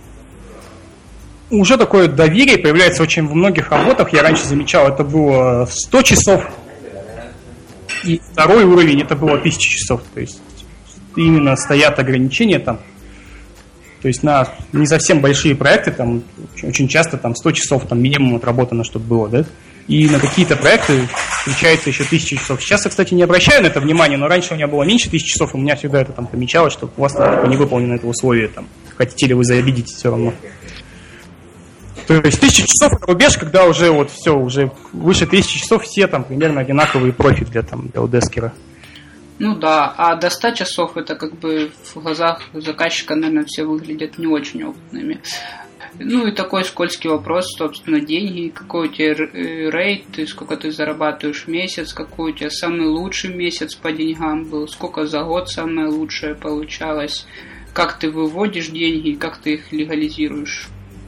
Уже такое доверие появляется очень в многих работах. Я раньше замечал, это было 100 часов, и второй уровень это было 1000 часов. То есть именно стоят ограничения То есть на не совсем большие проекты очень часто 100 часов минимум отработано, чтобы было, да. И на какие-то проекты встречается еще 1000 часов. Сейчас я, кстати, не обращаю на это внимания, но раньше у меня было меньше 1000 часов, и у меня всегда это помечалось, что у вас не выполнено это условие, хотите ли вы заобидите все равно. То есть 1000 часов это рубеж, когда уже все, уже выше 1000 часов все примерно одинаковые профи для Odeskера. Да, а до 100 часов это в глазах заказчика, наверное, все выглядят не очень опытными. Ну и такой скользкий вопрос, собственно, деньги, какой у тебя рейт, сколько ты зарабатываешь в месяц, какой у тебя самый лучший месяц по деньгам был, сколько за год самое лучшее получалось, как ты выводишь деньги, как ты их легализируешь.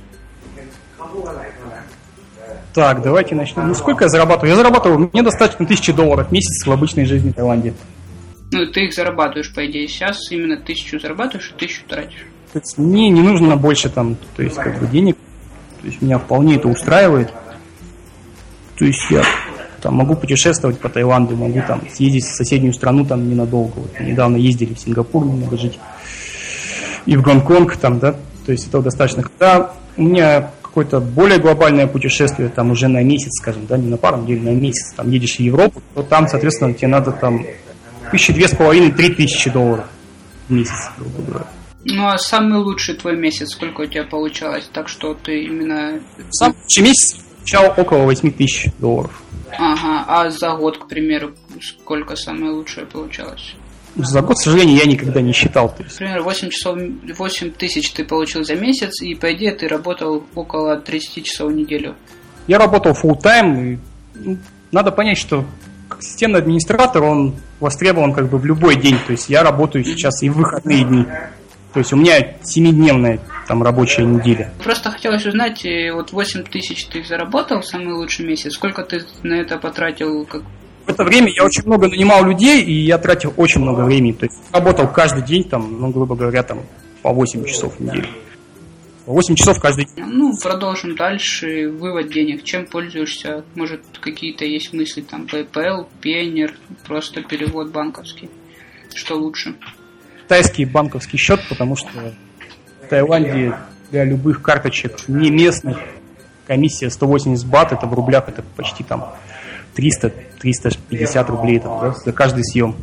Так, давайте начнем. Ну, сколько я зарабатываю? Я зарабатываю, мне достаточно $1000 в месяц в обычной жизни в Таиланде. Ну, ты их зарабатываешь, по идее, сейчас именно 1000 зарабатываешь и 1000 тратишь. То есть мне не нужно больше там, то есть как бы денег, то есть меня вполне это устраивает. То есть я там могу путешествовать по Таиланду, могу там съездить в соседнюю страну там ненадолго. Вот недавно ездили в Сингапур немного жить и в Гонконг там, да, то есть этого достаточно. Когда у меня какое-то более глобальное путешествие, там уже на месяц, скажем, да, не на пару недель, на месяц, там едешь в Европу, то там, соответственно, тебе надо там $2500–3000 в месяц, грубо говоря. Ну, а самый лучший твой месяц, сколько у тебя получалось? Так что ты именно... Самый лучший месяц получал около $8000. Ага, а за год, к примеру, сколько самое лучшее получалось? За год, к сожалению, я никогда не считал. То есть. Например, 8000 ты получил за месяц, и, по идее, ты работал около 30 часов в неделю. Я работал full-time, и надо понять, что как системный администратор, он востребован как бы в любой день. То есть я работаю сейчас и в выходные дни. То есть у меня 7-дневная там рабочая неделя. Просто хотелось узнать, вот 8000 ты заработал, самый лучший месяц, сколько ты на это потратил? В это время я очень много нанимал людей, и я тратил очень много времени. То есть работал каждый день, там, ну, грубо говоря, там, по 8 часов в неделю. По 8 часов каждый день. Ну, продолжим дальше. Вывод денег. Чем пользуешься? Может, какие-то есть мысли, там, PayPal, Payoneer, просто перевод банковский. Что лучше? Тайский банковский счет, потому что в Таиланде для любых карточек не местных комиссия 180 бат, это в рублях, это почти там 300-350 рублей там, да, за каждый съем.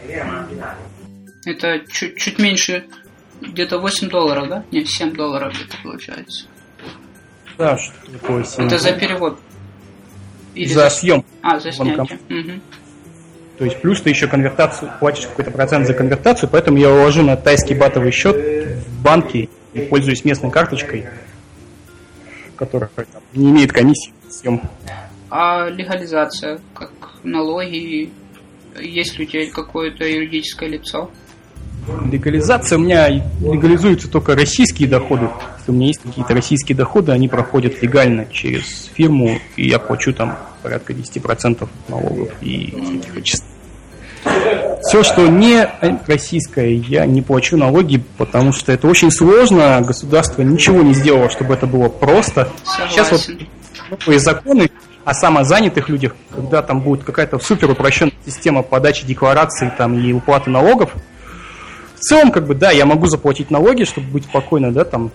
Это чуть меньше, где-то $8, да? Нет, $7 где-то получается. Да, что такое 7. Это за перевод? Или за съем. А, за снятие. Угу. То есть плюс ты еще конвертацию, платишь какой-то процент за конвертацию, поэтому я уложу на тайский батовый счет в банке и пользуюсь местной карточкой, которая там не имеет комиссии в съем. А легализация, как налоги, есть ли у тебя какое-то юридическое лицо? Легализация у меня легализуются только российские доходы. Если у меня есть какие-то российские доходы, они проходят легально через фирму, и я плачу там порядка 10% налогов и всяких отчислений. Все, что не российское, я не плачу налоги, потому что это очень сложно. Государство ничего не сделало, чтобы это было просто. Согласен. Сейчас вот новые законы о самозанятых людях, когда там будет какая-то супер упрощенная система подачи деклараций там, и уплаты налогов. В целом, как бы, да, я могу заплатить налоги, чтобы быть спокойно, да, там.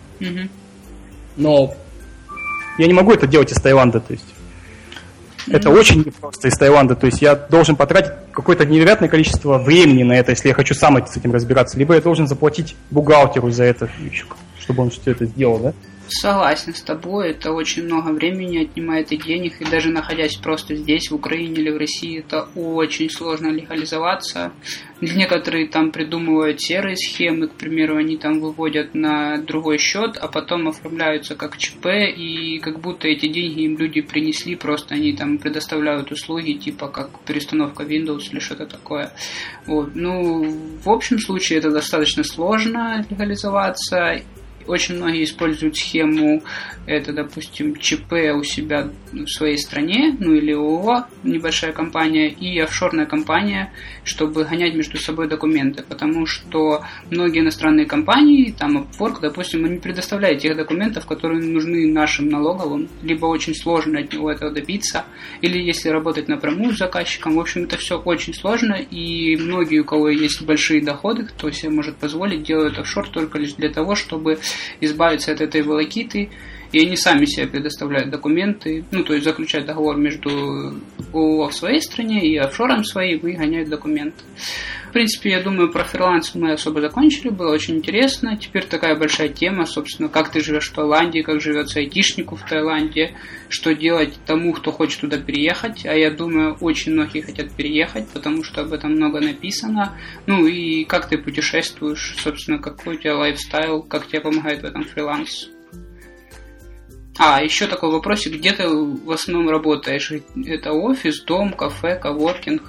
Но я не могу это делать из Таиланда, то есть. Это очень непросто из Таиланда, то есть я должен потратить какое-то невероятное количество времени на это, если я хочу сам с этим разбираться, либо я должен заплатить бухгалтеру за это, чтобы он все это сделал, да? Согласен с тобой, это очень много времени отнимает и денег, и даже находясь просто здесь, в Украине или в России, это очень сложно легализоваться. Некоторые там придумывают серые схемы, к примеру, они там выводят на другой счет, а потом оформляются как ЧП, и как будто эти деньги им люди принесли, просто они там предоставляют услуги, типа как перестановка Windows или что-то такое. Вот. Ну, в общем случае это достаточно сложно легализоваться. Очень многие используют схему, это, допустим, ЧП у себя в своей стране, ну или ООО, небольшая компания, и офшорная компания, чтобы гонять между собой документы, потому что многие иностранные компании, там Upwork, допустим, они предоставляют тех документов, которые нужны нашим налоговым, либо очень сложно от него этого добиться, или если работать напрямую с заказчиком, в общем, это все очень сложно, и многие, у кого есть большие доходы, кто себе может позволить, делают офшор только лишь для того, чтобы избавиться от этой волокиты, и они сами себе предоставляют документы, ну, то есть заключают договор между ООО в своей стране и офшором своим, и гоняют документы. В принципе, я думаю, про фриланс мы особо закончили, было очень интересно. Теперь такая большая тема, собственно, как ты живешь в Таиланде, как живется айтишнику в Таиланде, что делать тому, кто хочет туда переехать. А я думаю, очень многие хотят переехать, потому что об этом много написано. Ну и как ты путешествуешь, собственно, какой у тебя лайфстайл, как тебе помогает в этом фриланс? Еще такой вопросик. Где ты в основном работаешь? Это офис, дом, кафе, коворкинг?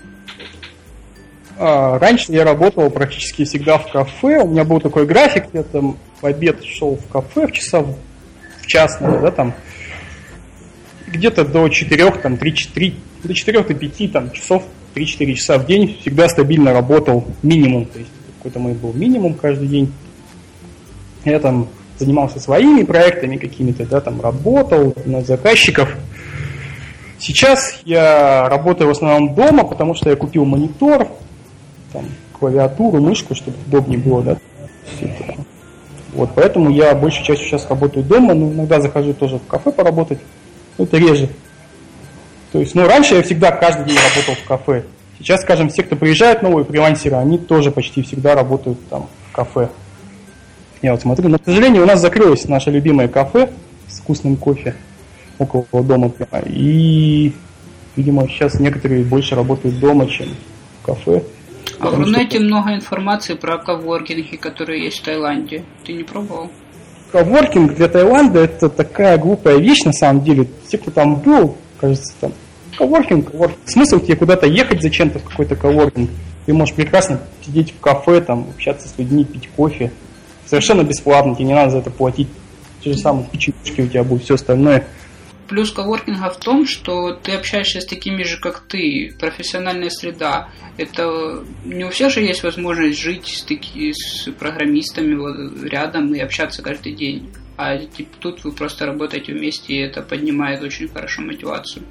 Раньше я работал практически всегда в кафе. У меня был такой график, я там в обед шел в кафе в час, да, там где-то до 4, там, до 4-5 там, часов, 3-4 часа в день всегда стабильно работал минимум. То есть какой-то мой был минимум каждый день. Я там занимался своими проектами какими-то, да, там работал на заказчиков. Сейчас я работаю в основном дома, потому что я купил монитор, там, клавиатуру, мышку, чтобы удобнее было, да. Вот, поэтому я большей частью сейчас работаю дома, но иногда захожу тоже в кафе поработать, но это реже. То есть, раньше я всегда каждый день работал в кафе. Сейчас, скажем, все, кто приезжают, новые фрилансеры, они тоже почти всегда работают там в кафе. Я вот смотрю, но, к сожалению, у нас закрылось наше любимое кафе с вкусным кофе около дома. И, видимо, сейчас некоторые больше работают дома, чем в кафе. В Рунете много информации про коворкинги, которые есть в Таиланде. Ты не пробовал? Коворкинг для Таиланда — это такая глупая вещь, на самом деле. Те, кто там был, кажется, там коворкинг. Смысл тебе куда-то ехать зачем-то в какой-то коворкинг? Ты можешь прекрасно сидеть в кафе, там, общаться с людьми, пить кофе. Совершенно бесплатно, тебе не надо за это платить. Те же самые печенюшки у тебя будут, все остальное. Плюс коворкинга в том, что ты общаешься с такими же, как ты, профессиональная среда. Это не у всех же есть возможность жить с программистами вот, рядом и общаться каждый день. А тут вы просто работаете вместе, и это поднимает очень хорошо мотивацию.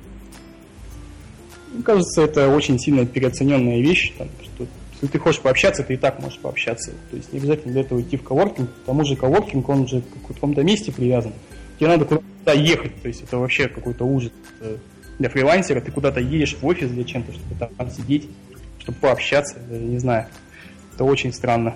Мне кажется, это очень сильно переоцененная вещь, что если ты хочешь пообщаться, ты и так можешь пообщаться. То есть не обязательно для этого идти в коворкинг. К тому же коворкинг, он же к какому-то месте привязан. Тебе надо куда-то ехать, то есть это вообще какой-то ужас. Для фрилансера ты куда-то едешь в офис для чем-то, чтобы там сидеть, чтобы пообщаться, я не знаю. Это очень странно.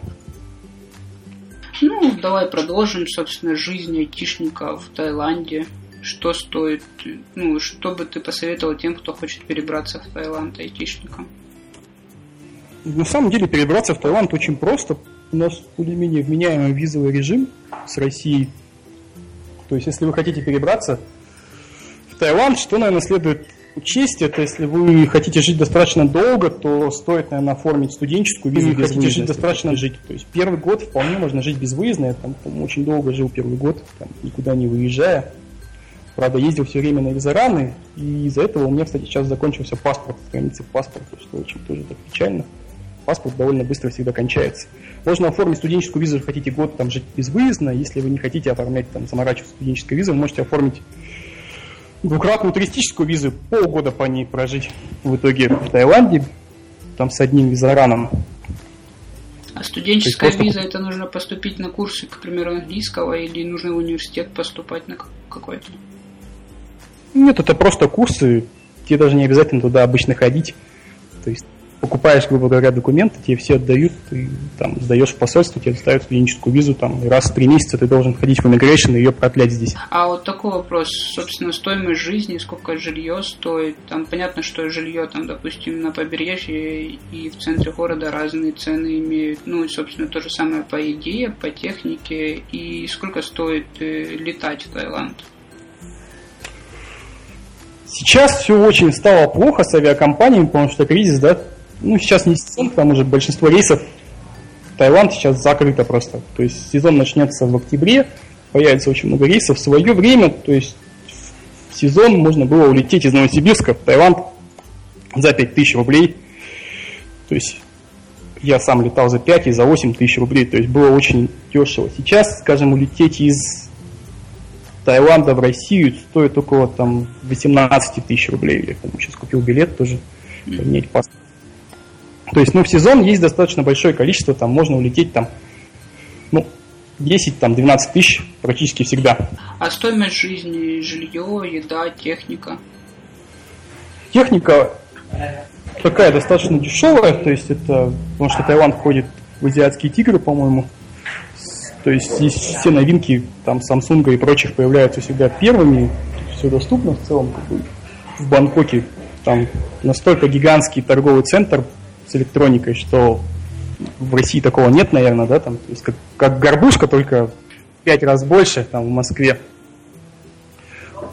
Давай продолжим, собственно, жизнь айтишника в Таиланде. Что стоит, что бы ты посоветовал тем, кто хочет перебраться в Таиланд айтишникам? На самом деле перебраться в Таиланд очень просто. У нас более-менее вменяемый визовый режим с Россией. То есть, если вы хотите перебраться в Таиланд, что, наверное, следует учесть, это если вы хотите жить достаточно долго, то стоит, наверное, оформить студенческую визу. Если хотите жить достаточно жить. То есть, первый год вполне можно жить безвыездно. Я там, очень долго жил первый год, там, никуда не выезжая. Правда, ездил все время на экзараны, и из-за этого у меня, кстати, сейчас закончился паспорт, страницы паспорта, что очень тоже так печально. Паспорт довольно быстро всегда кончается. Можно оформить студенческую визу, если хотите год там жить безвыездно. Если вы не хотите оформлять, заморачиваться студенческой визой, вы можете оформить двукратную туристическую визу, полгода по ней прожить в итоге в Таиланде, там с одним визараном. А студенческая виза, это нужно поступить на курсы, к примеру, английского, или нужно в университет поступать на какой-то? Нет, это просто курсы, тебе даже не обязательно туда обычно ходить. То есть покупаешь, грубо говоря, документы, тебе все отдают, ты там сдаешь в посольство, тебе ставят студенческую визу, там, и раз в 3 месяца ты должен ходить в immigration и ее продлять здесь. А вот такой вопрос, собственно, стоимость жизни, сколько жилье стоит, там понятно, что жилье, там, допустим, на побережье и в центре города разные цены имеют, и, собственно, то же самое по еде, по технике, и сколько стоит летать в Таиланд? Сейчас все очень стало плохо с авиакомпаниями, потому что кризис, да. Сейчас не сезон, потому что большинство рейсов в Таиланд сейчас закрыто просто. То есть сезон начнется в октябре, появится очень много рейсов. В свое время, то есть в сезон можно было улететь из Новосибирска в Таиланд за 5000 рублей. То есть я сам летал за 5 и за 8 тысяч рублей, то есть было очень дешево. Сейчас, скажем, улететь из Таиланда в Россию стоит около 18 тысяч рублей. Я, по-моему, сейчас купил билет тоже, поменять паспорт. То есть, в сезон есть достаточно большое количество, там можно улететь 10-12 тысяч практически всегда. А стоимость жизни, жилье, еда, техника? Техника такая достаточно дешевая, то есть это, потому что Таиланд входит в азиатские тигры, по-моему. То есть здесь все новинки, там, Samsung и прочих появляются всегда первыми, все доступно в целом, в Бангкоке. Там настолько гигантский торговый центр с электроникой, что в России такого нет, наверное, да, там, то есть как горбушка, только 5 раз больше, там, в Москве.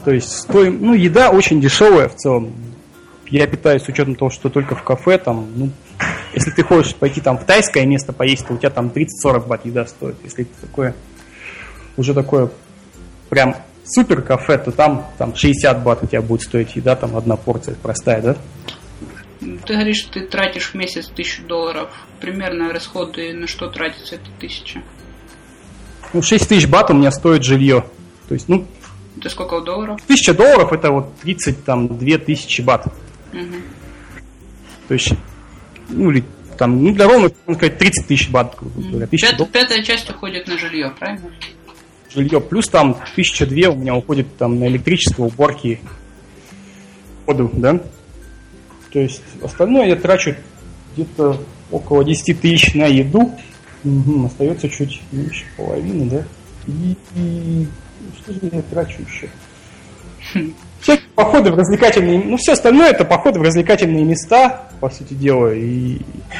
То есть еда очень дешевая в целом. Я питаюсь с учетом того, что только в кафе, там, если ты хочешь пойти там в тайское место поесть, то у тебя там 30-40 бат еда стоит. Если это такое прям супер кафе, то там 60 бат у тебя будет стоить еда, там одна порция простая, да? Ты говоришь, ты тратишь в месяц $1000. Примерно расходы на что тратится эта 1000? 6000 бат у меня стоит жилье. То есть, это сколько долларов? $1000 это вот 32 тысячи бат. Угу. То есть, для ровно, можно сказать, 30 тысяч бат. Пятая часть уходит на жилье, правильно? Жилье, плюс там 1002 у меня уходит там на электричество, уборки, воду, да? То есть, остальное я трачу где-то около 10 тысяч на еду. Остается чуть меньше половины, да? И что же я трачу еще? Всякие походы в развлекательные... все остальное это походы в развлекательные места, по сути дела, и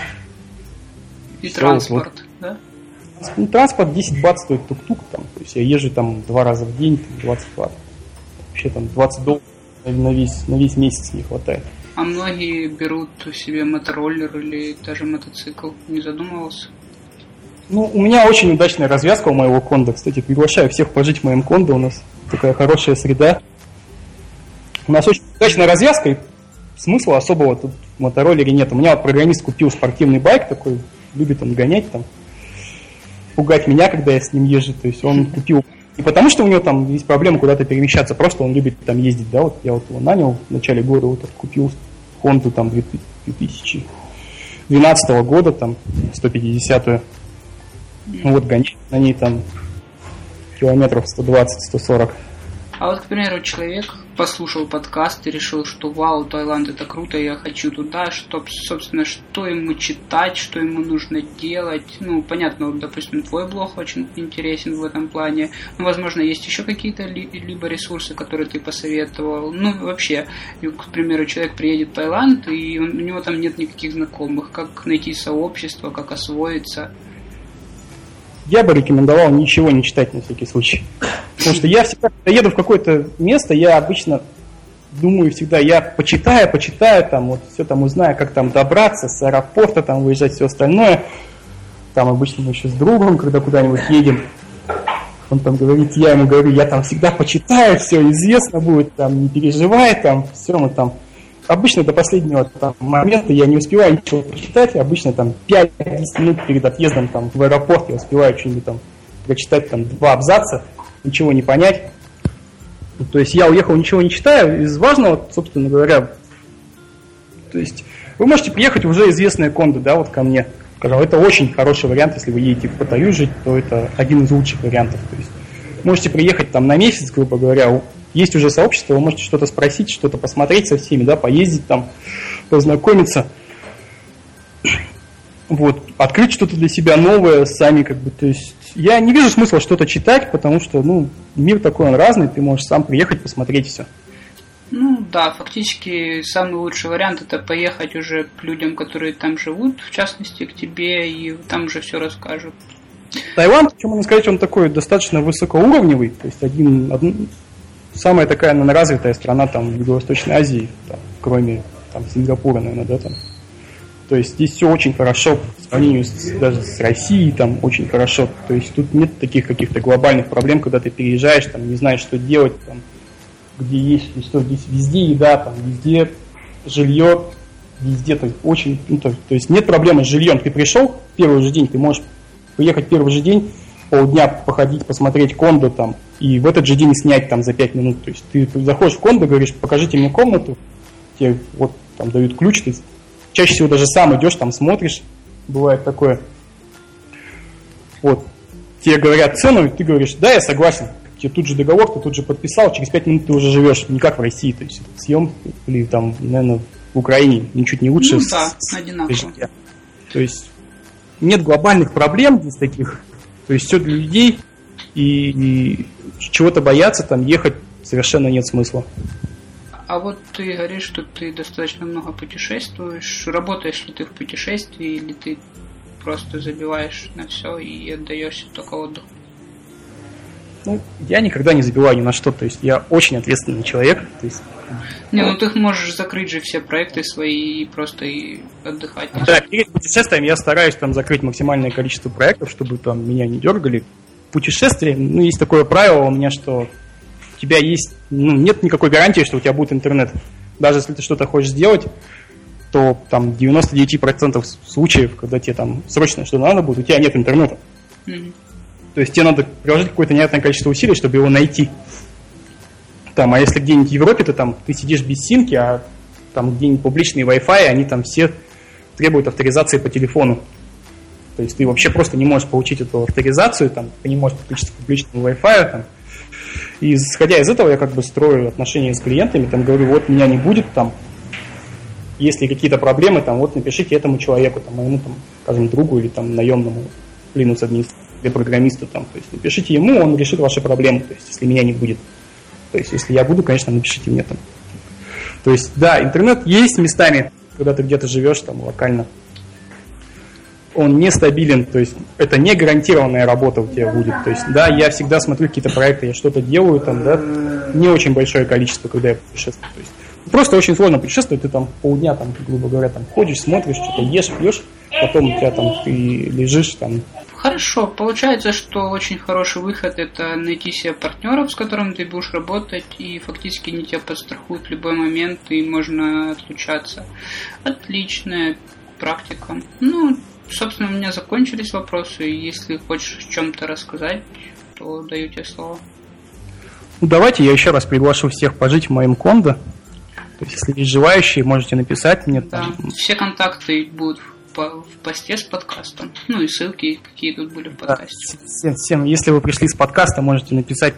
транспорт, да? Транспорт 10 бат стоит тук-тук, там, то есть я езжу там 2 раза в день, 20 бат. Вообще там $20 на весь месяц не хватает. А многие берут себе мотороллер или даже мотоцикл, не задумывался? У меня очень удачная развязка у моего кондо. Кстати, приглашаю всех пожить в моем кондо, у нас такая хорошая среда. У нас очень удачная развязка, и смысла особого тут в мотороллере нет. У меня вот программист купил спортивный байк такой, любит он гонять там, пугать меня, когда я с ним езжу. То есть он купил не потому, что у него там есть проблема куда-то перемещаться, просто он любит там ездить, да, вот я вот его нанял в начале года, вот купил Хонду там 2012 года, там 150-ю. Вот гонять на ней там километров 120-140. А вот, к примеру, человек послушал подкаст и решил, что вау, Таиланд это круто, я хочу туда, собственно, что ему читать, что ему нужно делать. Понятно, вот, допустим, твой блог очень интересен в этом плане. Возможно, есть еще какие-то либо ресурсы, которые ты посоветовал. Вообще, к примеру, человек приедет в Таиланд, и у него там нет никаких знакомых. Как найти сообщество, как освоиться? Я бы рекомендовал ничего не читать на всякий случай. Потому что я всегда, когда еду в какое-то место, я обычно думаю всегда, я почитаю, там, вот все там узнаю, как там добраться, с аэропорта там выезжать, все остальное. Там обычно мы еще с другом, когда куда-нибудь едем, он там говорит, я ему говорю, я там всегда почитаю, все известно будет, там, не переживай, там, все, мы там... Обычно до последнего там момента я не успеваю ничего почитать, обычно там 5-10 минут перед отъездом там в аэропорт я успеваю что-нибудь там прочитать, там 2 абзаца, ничего не понять. То есть я уехал, ничего не читаю, из важного, собственно говоря, то есть вы можете приехать в уже известное кондо, да, вот ко мне, скажем, это очень хороший вариант, если вы едете в Паттайю жить, то это один из лучших вариантов, то есть можете приехать там на месяц, грубо говоря, есть уже сообщество, вы можете что-то спросить, что-то посмотреть со всеми, да, поездить там, познакомиться, вот, открыть что-то для себя новое сами, то есть я не вижу смысла что-то читать, потому что, мир такой, он разный, ты можешь сам приехать, посмотреть все. Да, фактически самый лучший вариант это поехать уже к людям, которые там живут, в частности к тебе, и там уже все расскажут. Таиланд, что можно сказать, он такой достаточно высокоуровневый, то есть самая такая, наверное, развитая страна там в Юго-Восточной Азии, там, кроме там, Сингапура, наверное, да, там. То есть здесь все очень хорошо по сравнению даже с Россией, там очень хорошо. То есть тут нет таких каких-то глобальных проблем, когда ты переезжаешь, там, не знаешь, что делать, там, где есть, что здесь везде еда, там, везде жилье, везде, то есть очень, то есть нет проблемы с жильем. Ты пришел первый же день, ты можешь приехать первый же день, полдня походить, посмотреть кондо там, и в этот же день снять там за 5 минут. То есть ты заходишь в кондо, говоришь, покажите мне комнату, тебе вот там дают ключ, ты чаще всего даже сам идешь, там смотришь, бывает такое. Вот, тебе говорят цену, и ты говоришь, да, я согласен. Тебе тут же договор, ты тут же подписал, через 5 минут ты уже живешь, не как в России, то есть съем, или там, наверное, в Украине ничуть не лучше. Да, одинаково. То есть нет глобальных проблем здесь таких. То есть все для людей, и чего-то бояться, там ехать совершенно нет смысла. А вот ты говоришь, что ты достаточно много путешествуешь. Работаешь ли ты в путешествии, или ты просто забиваешь на все и отдаешься только отдыху? Ну, я никогда не забиваю ни на что, то есть я очень ответственный человек. То есть... Не, ты можешь закрыть же все проекты свои и просто отдыхать. Да, перед путешествием я стараюсь закрыть максимальное количество проектов, чтобы меня не дергали. Путешествие, есть такое правило у меня, что у тебя есть, нет никакой гарантии, что у тебя будет интернет. Даже если ты что-то хочешь сделать, то 99% случаев, когда тебе срочно что-то надо будет, у тебя нет интернета. Mm-hmm. То есть тебе надо приложить какое-то невероятное количество усилий, чтобы его найти. А если где-нибудь в Европе ты сидишь без симки, а где-нибудь публичные Wi-Fi, они все требуют авторизации по телефону. То есть ты вообще просто не можешь получить эту авторизацию, ты не можешь подключиться к публичному Wi-Fi. И исходя из этого я строю отношения с клиентами, говорю, вот меня не будет, если какие-то проблемы, вот напишите этому человеку, моему, скажем, другу или наемному Linux-администратору или программисту, то есть напишите ему, он решит ваши проблемы, то есть если меня не будет. То есть если я буду, конечно, напишите мне То есть, да, интернет есть местами, когда ты где-то живешь локально. Он нестабилен, то есть это не гарантированная работа у тебя будет. То есть, да, я всегда смотрю какие-то проекты, я что-то делаю, не очень большое количество, когда я путешествую. То есть, просто очень сложно путешествовать, ты полдня, грубо говоря, ходишь, смотришь, что-то ешь, пьешь, потом у тебя ты лежишь Хорошо, получается, что очень хороший выход – это найти себе партнеров, с которым ты будешь работать, и фактически они тебя подстрахуют в любой момент, и можно отлучаться. Отличная практика. Собственно, у меня закончились вопросы. Если хочешь о чем-то рассказать, то даю тебе слово. Давайте я еще раз приглашу всех пожить в моем кондо. То есть, если есть желающие, можете написать мне. Да, все контакты будут в посте с подкастом. И ссылки, какие тут были в подкасте. Всем, если вы пришли с подкаста, можете написать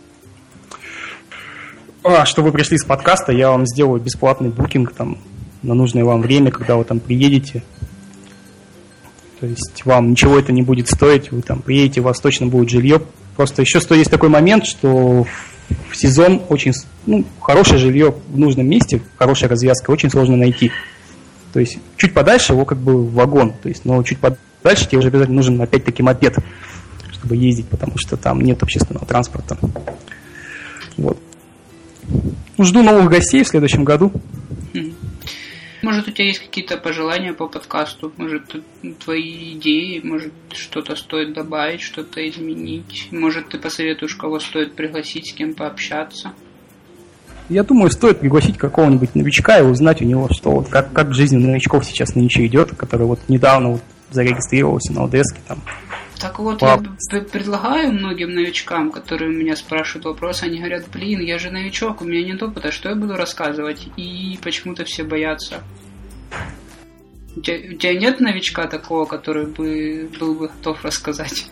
что вы пришли с подкаста, я вам сделаю бесплатный букинг на нужное вам время, когда вы приедете. То есть вам ничего это не будет стоить, вы приедете, у вас точно будет жилье. Просто еще есть такой момент, что в сезон очень хорошее жилье в нужном месте, хорошая развязка очень сложно найти. То есть чуть подальше его вагон, то есть, но чуть подальше тебе уже обязательно нужен опять-таки мопед, чтобы ездить, потому что там нет общественного транспорта. Вот. Жду новых гостей в следующем году. Может, у тебя есть какие-то пожелания по подкасту? Может, твои идеи? Может, что-то стоит добавить, что-то изменить? Может, ты посоветуешь, кого стоит пригласить, с кем пообщаться? Я думаю, стоит пригласить какого-нибудь новичка и узнать у него, что как жизнь новичков сейчас нынче идет, который недавно зарегистрировался на Odesk. Так вот, я предлагаю многим новичкам, которые меня спрашивают вопросы, они говорят, я же новичок, у меня нет опыта, что я буду рассказывать? И почему-то все боятся. У тебя нет новичка такого, который был бы готов рассказать?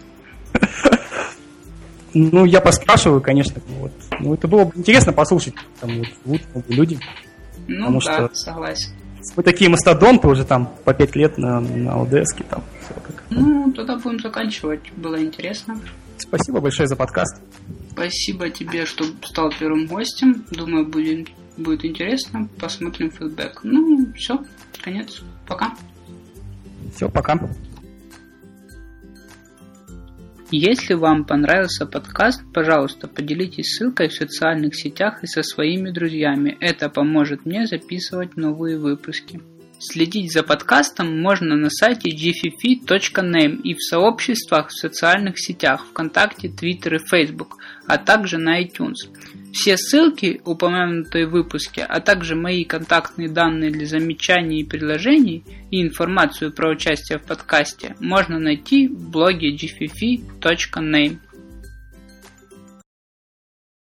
Я поспрашиваю, конечно. Это было бы интересно послушать, люди. Согласен. Вы такие мастодонты уже по 5 лет на Odesk. Тогда будем заканчивать. Было интересно. Спасибо большое за подкаст. Спасибо тебе, что стал первым гостем. Думаю, будет интересно. Посмотрим фидбэк. Все, конец. Пока. Все, пока. Если вам понравился подкаст, пожалуйста, поделитесь ссылкой в социальных сетях и со своими друзьями. Это поможет мне записывать новые выпуски. Следить за подкастом можно на сайте gffi.name и в сообществах в социальных сетях ВКонтакте, Twitter и Facebook, а также на iTunes. Все ссылки, упомянутые в выпуске, а также мои контактные данные для замечаний и предложений и информацию про участие в подкасте можно найти в блоге gffi.name.